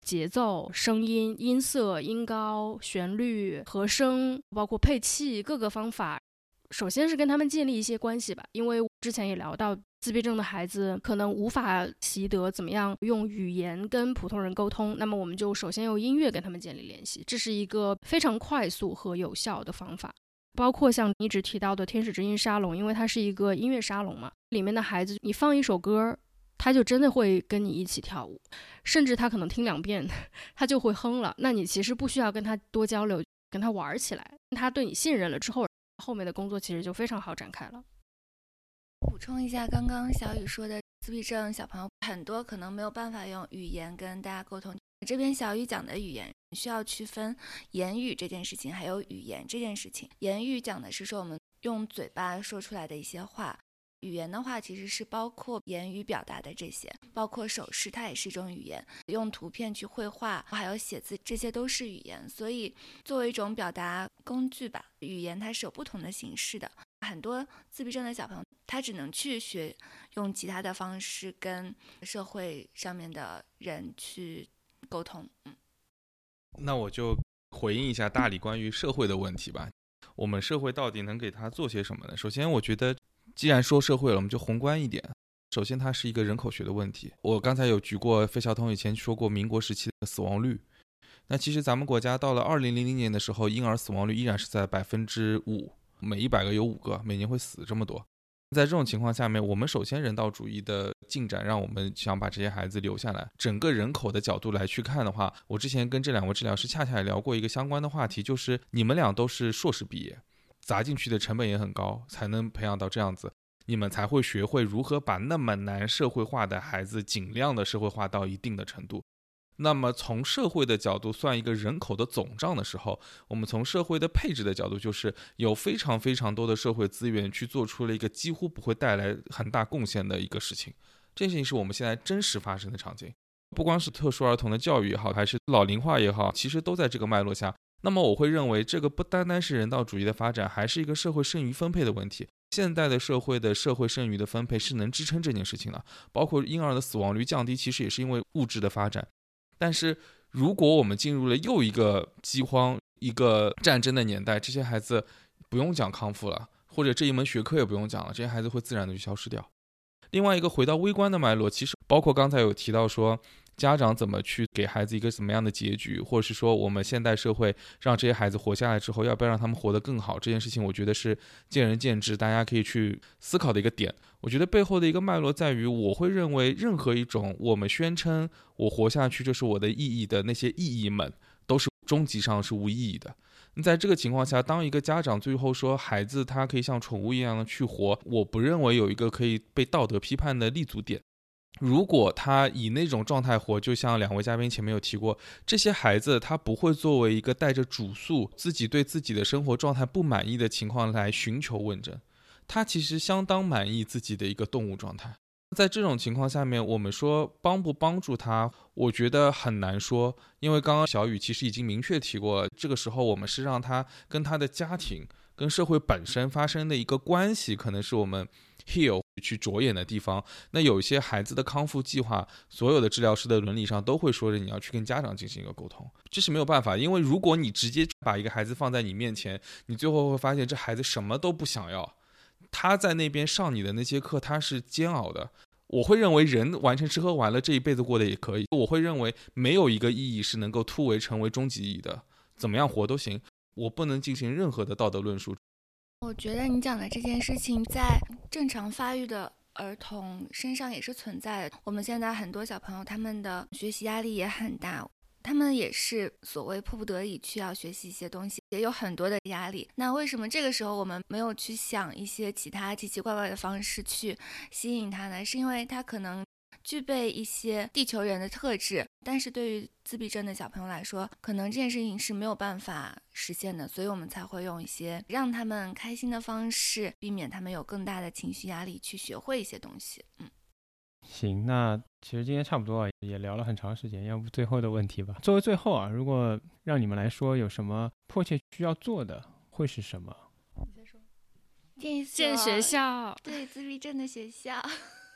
节奏、声音、音色、音高、旋律、和声，包括配器各个方法。首先是跟他们建立一些关系吧，因为之前也聊到自闭症的孩子可能无法习得怎么样用语言跟普通人沟通，那么我们就首先用音乐跟他们建立联系，这是一个非常快速和有效的方法。包括像你一直提到的天使之音沙龙，因为它是一个音乐沙龙嘛，里面的孩子你放一首歌，他就真的会跟你一起跳舞，甚至他可能听2遍他就会哼了，那你其实不需要跟他多交流，跟他玩起来，他对你信任了之后，后面的工作其实就非常好展开了。 补充一下刚刚小雨说的，自闭症小朋友很多可能没有办法用语言跟大家沟通，这边小雨讲的语言需要区分言语这件事情还有语言这件事情。言语讲的是说我们用嘴巴说出来的一些话，语言的话其实是包括言语表达的这些，包括手势它也是一种语言，用图片去绘画还有写字，这些都是语言。所以作为一种表达工具吧，语言它是有不同的形式的。很多自闭症的小朋友他只能去学用其他的方式跟社会上面的人去沟通。 那我就回应一下大理关于社会的问题吧。我们社会到底能给他做些什么呢？首先我觉得既然说社会了，我们就宏观一点。首先它是一个人口学的问题，我刚才有举过费孝通以前说过民国时期的死亡率，那其实咱们国家到了2000年的时候，婴儿死亡率依然是在5%，每100个有5个每年会死这么多。在这种情况下面，我们首先人道主义的进展让我们想把这些孩子留下来。整个人口的角度来去看的话，我之前跟这2位治疗师恰恰也聊过一个相关的话题，就是你们俩都是硕士毕业，砸进去的成本也很高，才能培养到这样子，你们才会学会如何把那么难社会化的孩子尽量的社会化到一定的程度。那么从社会的角度算一个人口的总账的时候，我们从社会的配置的角度，就是有非常非常多的社会资源去做出了一个几乎不会带来很大贡献的一个事情。这件事情是我们现在真实发生的场景，不光是特殊儿童的教育也好，还是老龄化也好，其实都在这个脉络下。那么我会认为这个不单单是人道主义的发展，还是一个社会剩余分配的问题。现代的社会的社会剩余的分配是能支撑这件事情的，包括婴儿的死亡率降低，其实也是因为物质的发展。但是如果我们进入了又一个饥荒、一个战争的年代，这些孩子不用讲康复了，或者这一门学科也不用讲了，这些孩子会自然的去消失掉。另外一个回到微观的脉络，其实包括刚才有提到说家长怎么去给孩子一个怎么样的结局，或者是说我们现代社会让这些孩子活下来之后，要不要让他们活得更好，这件事情我觉得是见仁见智，大家可以去思考的一个点。我觉得背后的一个脉络在于，我会认为任何一种我们宣称我活下去这是我的意义的那些意义们，都是终极上是无意义的。在这个情况下，当一个家长最后说孩子他可以像宠物一样的去活，我不认为有一个可以被道德批判的立足点。如果他以那种状态活，就像2位嘉宾前面有提过，这些孩子他不会作为一个带着主诉自己对自己的生活状态不满意的情况来寻求问诊，他其实相当满意自己的一个动物状态。在这种情况下面，我们说帮不帮助他，我觉得很难说，因为刚刚小雨其实已经明确提过了，这个时候我们是让他跟他的家庭跟社会本身发生的一个关系，可能是我们 heal 去着眼的地方。那有一些孩子的康复计划，所有的治疗师的伦理上都会说着你要去跟家长进行一个沟通，这是没有办法，因为如果你直接把一个孩子放在你面前，你最后会发现这孩子什么都不想要，他在那边上你的那些课他是煎熬的。我会认为人完成吃喝玩乐这一辈子过得也可以，我会认为没有一个意义是能够突围成为终极意义的，怎么样活都行，我不能进行任何的道德论述。 我觉得你讲的这件事情在正常发育的儿童身上也是存在的。我们现在很多小朋友他们的学习压力也很大，他们也是所谓迫不得已去要学习一些东西，也有很多的压力。那为什么这个时候我们没有去想一些其他奇奇怪怪的方式去吸引他呢？是因为他可能具备一些地球人的特质，但是对于自闭症的小朋友来说，可能这件事情是没有办法实现的，所以我们才会用一些让他们开心的方式，避免他们有更大的情绪压力，去学会一些东西。 行，那其实今天差不多也聊了很长时间，要不最后的问题吧。作为最后啊，如果让你们来说有什么迫切需要做的，会是什么？ 建学校， 对，自闭症的学校。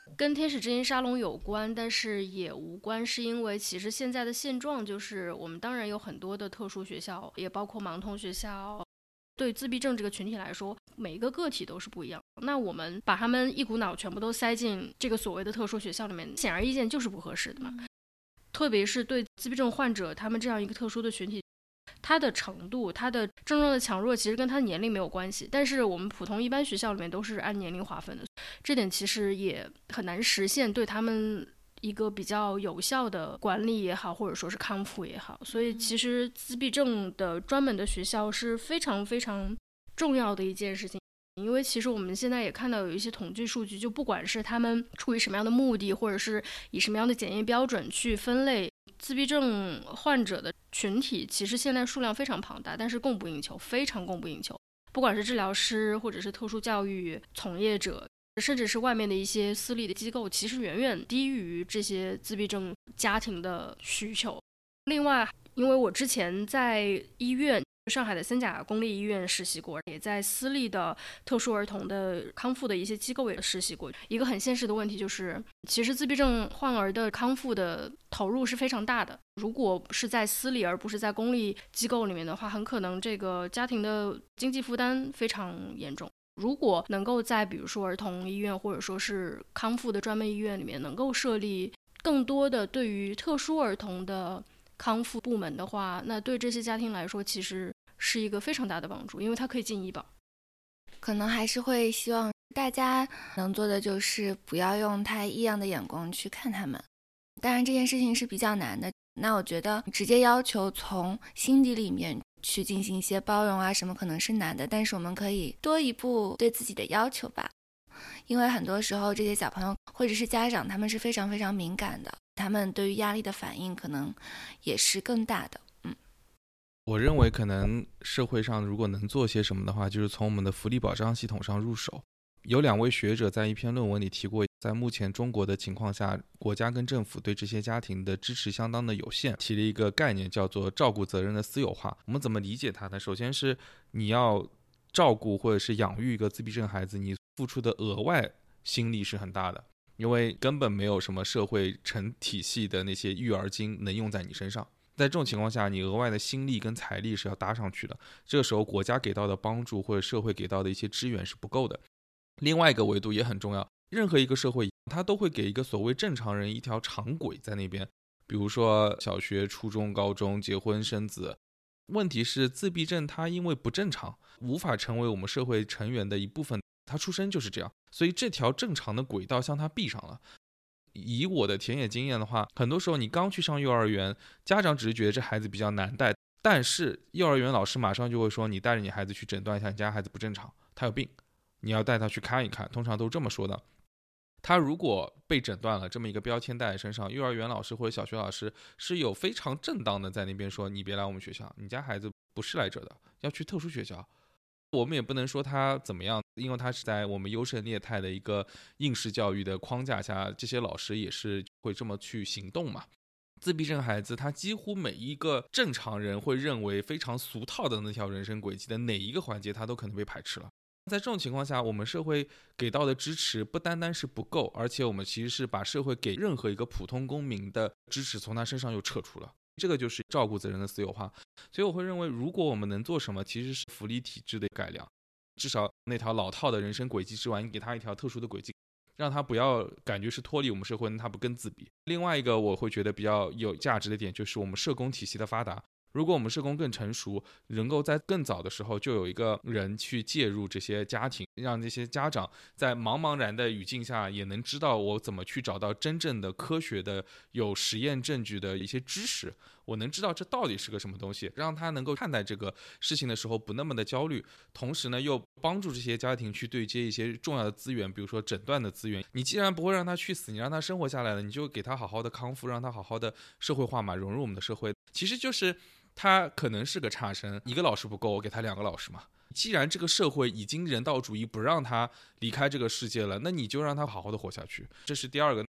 跟天使之音沙龙有关，但是也无关，是因为其实现在的现状就是我们当然有很多的特殊学校，也包括盲童学校。对自闭症这个群体来说，每一个个体都是不一样。那我们把他们一股脑全部都塞进这个所谓的特殊学校里面，显而易见就是不合适的嘛。特别是对自闭症患者，他们这样一个特殊的群体，他的程度、他的症状的强弱其实跟他的年龄没有关系，但是我们普通一般学校里面都是按年龄划分的，这点其实也很难实现对他们一个比较有效的管理也好，或者说是康复也好。所以其实自闭症的专门的学校是非常非常重要的一件事情。因为其实我们现在也看到有一些统计数据，就不管是他们出于什么样的目的，或者是以什么样的检验标准去分类自闭症患者的群体，其实现在数量非常庞大，但是供不应求，非常供不应求。不管是治疗师，或者是特殊教育从业者，甚至是外面的一些私立的机构，其实远远低于这些自闭症家庭的需求。另外，因为我之前在医院，上海的三甲公立医院实习过，也在私立的特殊儿童的康复的一些机构也实习过。一个很现实的问题就是，其实自闭症患儿的康复的投入是非常大的。如果是在私立而不是在公立机构里面的话，很可能这个家庭的经济负担非常严重。如果能够在比如说儿童医院或者说是康复的专门医院里面能够设立更多的对于特殊儿童的康复部门的话，那对这些家庭来说其实是一个非常大的帮助，因为它可以进医保。 可能还是会希望大家能做的就是不要用太异样的眼光去看他们。当然这件事情是比较难的，那我觉得直接要求从心底里面去进行一些包容啊什么可能是难的，但是我们可以多一步对自己的要求吧。因为很多时候这些小朋友或者是家长，他们是非常非常敏感的，他们对于压力的反应可能也是更大的。 我认为可能社会上如果能做些什么的话，就是从我们的福利保障系统上入手。有2位学者在一篇论文里提过，在目前中国的情况下，国家跟政府对这些家庭的支持相当的有限，提了一个概念叫做照顾责任的私有化。我们怎么理解它呢？首先是你要照顾或者是养育一个自闭症孩子，你付出的额外心力是很大的，因为根本没有什么社会成体系的那些育儿金能用在你身上。在这种情况下，你额外的心力跟财力是要搭上去的，这个时候国家给到的帮助或者社会给到的一些支援是不够的。另外一个维度也很重要，任何一个社会它都会给一个所谓正常人一条常轨在那边，比如说小学、初中、高中、结婚生子。问题是自闭症它因为不正常，无法成为我们社会成员的一部分，它出生就是这样，所以这条正常的轨道向它闭上了。以我的田野经验的话，很多时候你刚去上幼儿园，家长只是觉得这孩子比较难带，但是幼儿园老师马上就会说，你带着你孩子去诊断一下，你家孩子不正常，他有病，你要带他去看一看，通常都这么说的。他如果被诊断了这么一个标签带在身上，幼儿园老师或者小学老师是有非常正当的在那边说，你别来我们学校，你家孩子不是来这的，要去特殊学校。我们也不能说他怎么样，因为他是在我们优胜劣汰的一个应试教育的框架下，这些老师也是会这么去行动嘛。自闭症孩子他几乎每一个正常人会认为非常俗套的那条人生轨迹的哪一个环节他都可能被排斥了。在这种情况下，我们社会给到的支持不单单是不够，而且我们其实是把社会给任何一个普通公民的支持从他身上又撤出了，这个就是照顾责任的私有化。所以我会认为，如果我们能做什么，其实是福利体制的改良，至少那条老套的人生轨迹之外，你给他一条特殊的轨迹，让他不要感觉是脱离我们社会，他不更自闭。另外一个我会觉得比较有价值的点，就是我们社工体系的发达。如果我们社工更成熟，能够在更早的时候就有一个人去介入这些家庭，让这些家长在茫茫然的语境下也能知道我怎么去找到真正的科学的有实验证据的一些知识，我能知道这到底是个什么东西，让他能够看待这个事情的时候不那么的焦虑，同时呢又帮助这些家庭去对接一些重要的资源，比如说诊断的资源。你既然不会让他去死，你让他生活下来了，你就给他好好的康复，让他好好的社会化嘛，融入我们的社会。其实就是他可能是个差生，一个老师不够，我给他2个老师嘛。既然这个社会已经人道主义不让他离开这个世界了，那你就让他好好的活下去，这是第二个。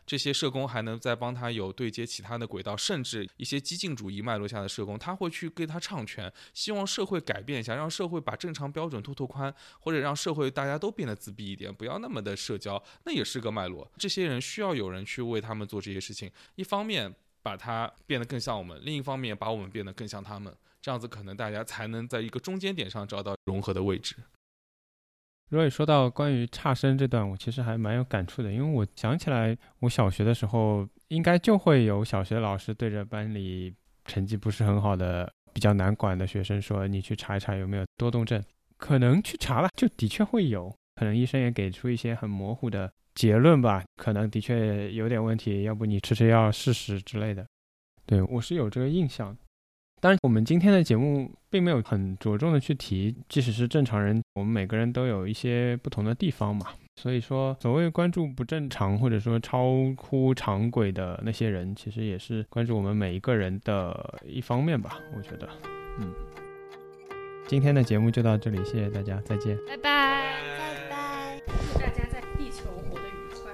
这些社工还能再帮他有对接其他的轨道，甚至一些激进主义脉络下的社工，他会去给他唱权，希望社会改变一下，让社会把正常标准拓宽，或者让社会大家都变得自闭一点，不要那么的社交，那也是个脉络。这些人需要有人去为他们做这些事情，一方面把它变得更像我们，另一方面把我们变得更像他们，这样子可能大家才能在一个中间点上找到融合的位置。 若雨说到关于差生这段，我其实还蛮有感触的，因为我想起来我小学的时候应该就会有小学老师对着班里成绩不是很好的比较难管的学生说，你去查一查有没有多动症，可能去查了就的确会有，可能医生也给出一些很模糊的结论吧，可能的确有点问题，要不你吃药试试之类的。对，我是有这个印象。当然我们今天的节目并没有很着重的去提，即使是正常人，我们每个人都有一些不同的地方嘛，所以说所谓关注不正常或者说超乎常轨的那些人，其实也是关注我们每一个人的一方面吧，我觉得。今天的节目就到这里，谢谢大家，再见， 拜拜。 拜拜。 祝大家在地球活得愉快。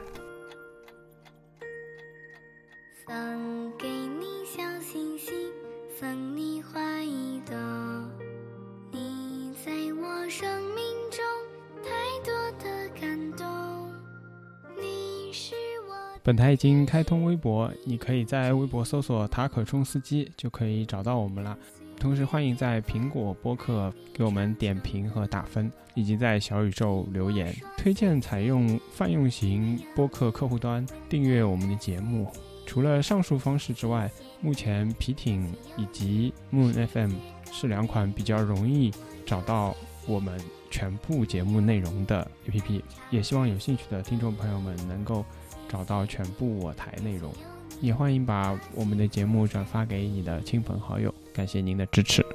送给你小星星，送你花一朵，你在我生命中太多的感动，你是我。 本台已经开通微博，你可以在微博搜索塔可冲司机就可以找到我们了。同时欢迎在苹果播客给我们点评和打分，以及在小宇宙留言，推荐采用泛用型播客客户端订阅我们的节目。除了上述方式之外，目前皮艇以及 Moon FM 是两款比较容易找到我们全部节目内容的 APP， 也希望有兴趣的听众朋友们能够找到全部我台内容，也欢迎把我们的节目转发给你的亲朋好友，感谢您的支持。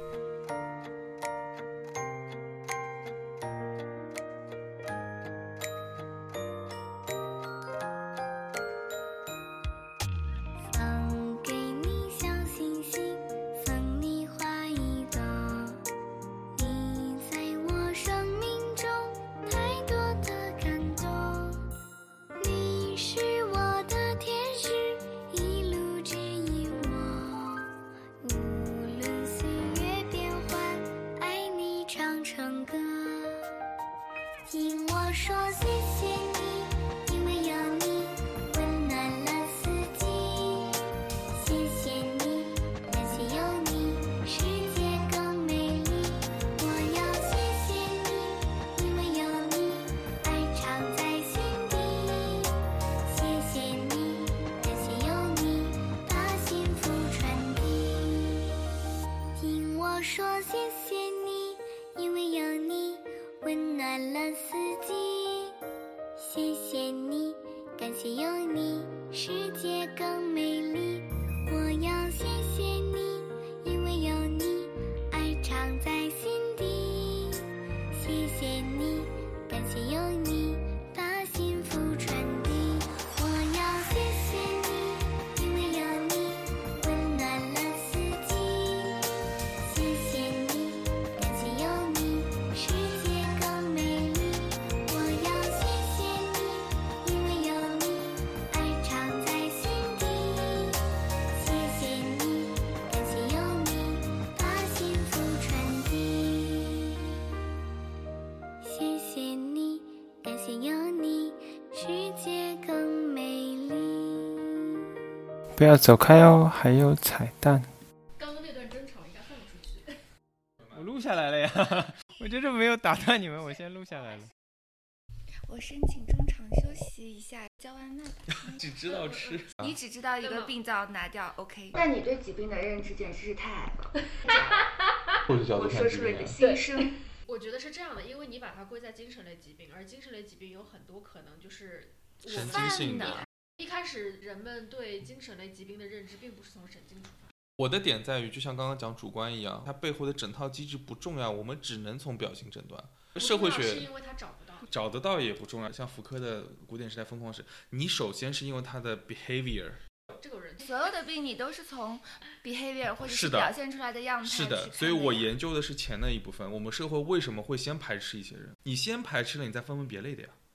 送给你小星星，送你花一朵，你在我生命中太多的感动，你是我的天使，一路指引我，无论岁月变幻，爱你唱成歌。听我说谢谢你，因为有你温暖了四季，谢谢你，感谢有你，世界更美丽。我要谢谢你，因为有你，爱藏在心底，谢谢你，感谢有你，把幸福传递。听我说谢谢你，因为有你温暖了四季，谢谢你，感谢有你，世界更美丽。我要谢谢你，因为有你，爱藏在心底，谢谢你，感谢有你，把幸福传递。我要谢谢你，因为有你温暖了四季，谢谢你，感谢有你，世界更美丽。我要谢谢你，因为有你，爱藏在心底，谢谢你，感谢有你，把幸福传递。谢谢你，感谢有你，世界更美丽。 不要走开哦，还有彩蛋。 刚刚那段争吵应该放出去。 我录下来了呀，我就是没有打断你们，我先录下来了。 我申请中场休息一下，叫外卖。 只知道吃。 你只知道一个病叫拿掉 ，OK？ 但你对疾病的认知简直是太矮了。 我我说出了你的心声。 我觉得是这样的，因为你把它归在精神类疾病，而精神类疾病有很多可能就是神经性的。 一开始人们对精神类疾病的认知并不是从神经出发。 我的点在于，就像刚刚讲主观一样，它背后的整套机制不重要，我们只能从表情诊断。社会学是因为它找不到， 找得到也不重要。像福柯的古典时代疯狂史，你首先是因为他的 behavior。 这个人所有的病你都是从 behavior 或者是的表现出来的样态是的，所以我研究的是前的一部分。我们社会为什么会先排斥一些人？你先排斥了，你再分门别类的呀。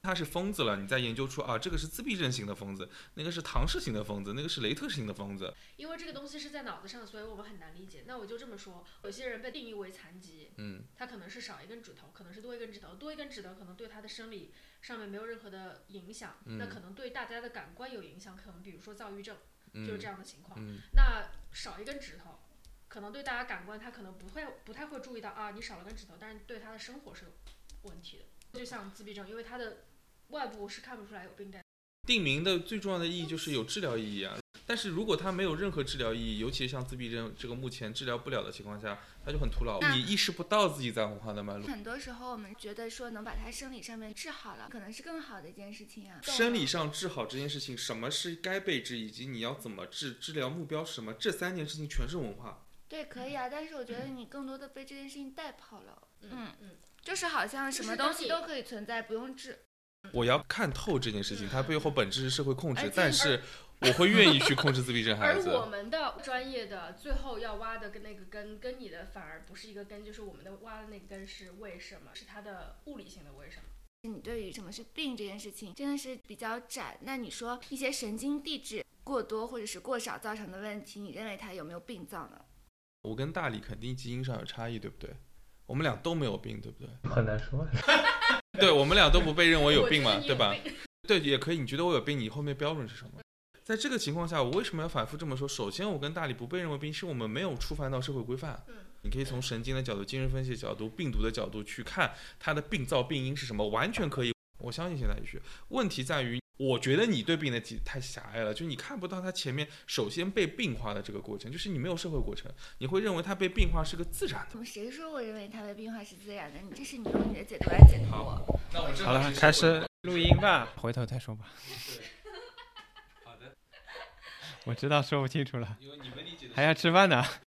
他是疯子了，你再研究出这个是自闭症型的疯子，那个是唐氏型的疯子，那个是雷特型的疯子。 因为这个东西是在脑子上，所以我们很难理解。那我就这么说，有些人被定义为残疾，他可能是少一根指头，可能是多一根指头，多一根指头可能对他的生理上面没有任何的影响，那可能对大家的感官有影响，可能比如说躁郁症，就是这样的情况。那少一根指头，可能对大家感官他可能不太会注意到你少了根指头，但是对他的生活是有问题的。就像自闭症，因为他的外部是看不出来有病的。 定名的最重要的意义就是有治疗意义啊，但是如果它没有任何治疗意义，尤其是像自闭症这个目前治疗不了的情况下，它就很徒劳，你意识不到自己在文化的脉络。 很多时候我们觉得说能把它生理上面治好了，可能是更好的一件事情啊。 生理上治好这件事情，什么是该被治，以及你要怎么治，治疗目标是什么，这3件事情全是文化。 对，可以啊，但是我觉得你更多的被这件事情带跑了。就是好像什么东西都可以存在，不用治。 我要看透这件事情，它背后本质是社会控制，但是我会愿意去控制自闭症孩子。 而我们的专业的最后要挖的那个根，跟你的反而不是一个根，就是我们的挖的那个根是为什么，是它的物理性的为什么。 你对于什么是病这件事情真的是比较窄，那你说一些神经递质过多或者是过少造成的问题，你认为它有没有病灶呢？ 我跟大理肯定基因上有差异，对不对？我们俩都没有病，对不对？ 很难说。 对，我们俩都不被认为有病嘛，对吧？对，也可以。你觉得我有病，你后面标准是什么？在这个情况下，我为什么要反复这么说？首先，我跟大理不被认为病，是我们没有触犯到社会规范。你可以从神经的角度、精神分析的角度、病毒的角度去看它的病灶、病因是什么，完全可以。我相信现在医学，问题在于，我觉得你对病的太狭隘了，就你看不到它前面首先被病化的这个过程，就是你没有社会过程，你会认为它被病化是个自然的。 谁说我认为它被病化是自然的？这是你用你的解读来解读我。 那我好了，开始录音吧，回头再说吧。 好的， 我知道说不清楚了， 因为你们理解的还要吃饭呢。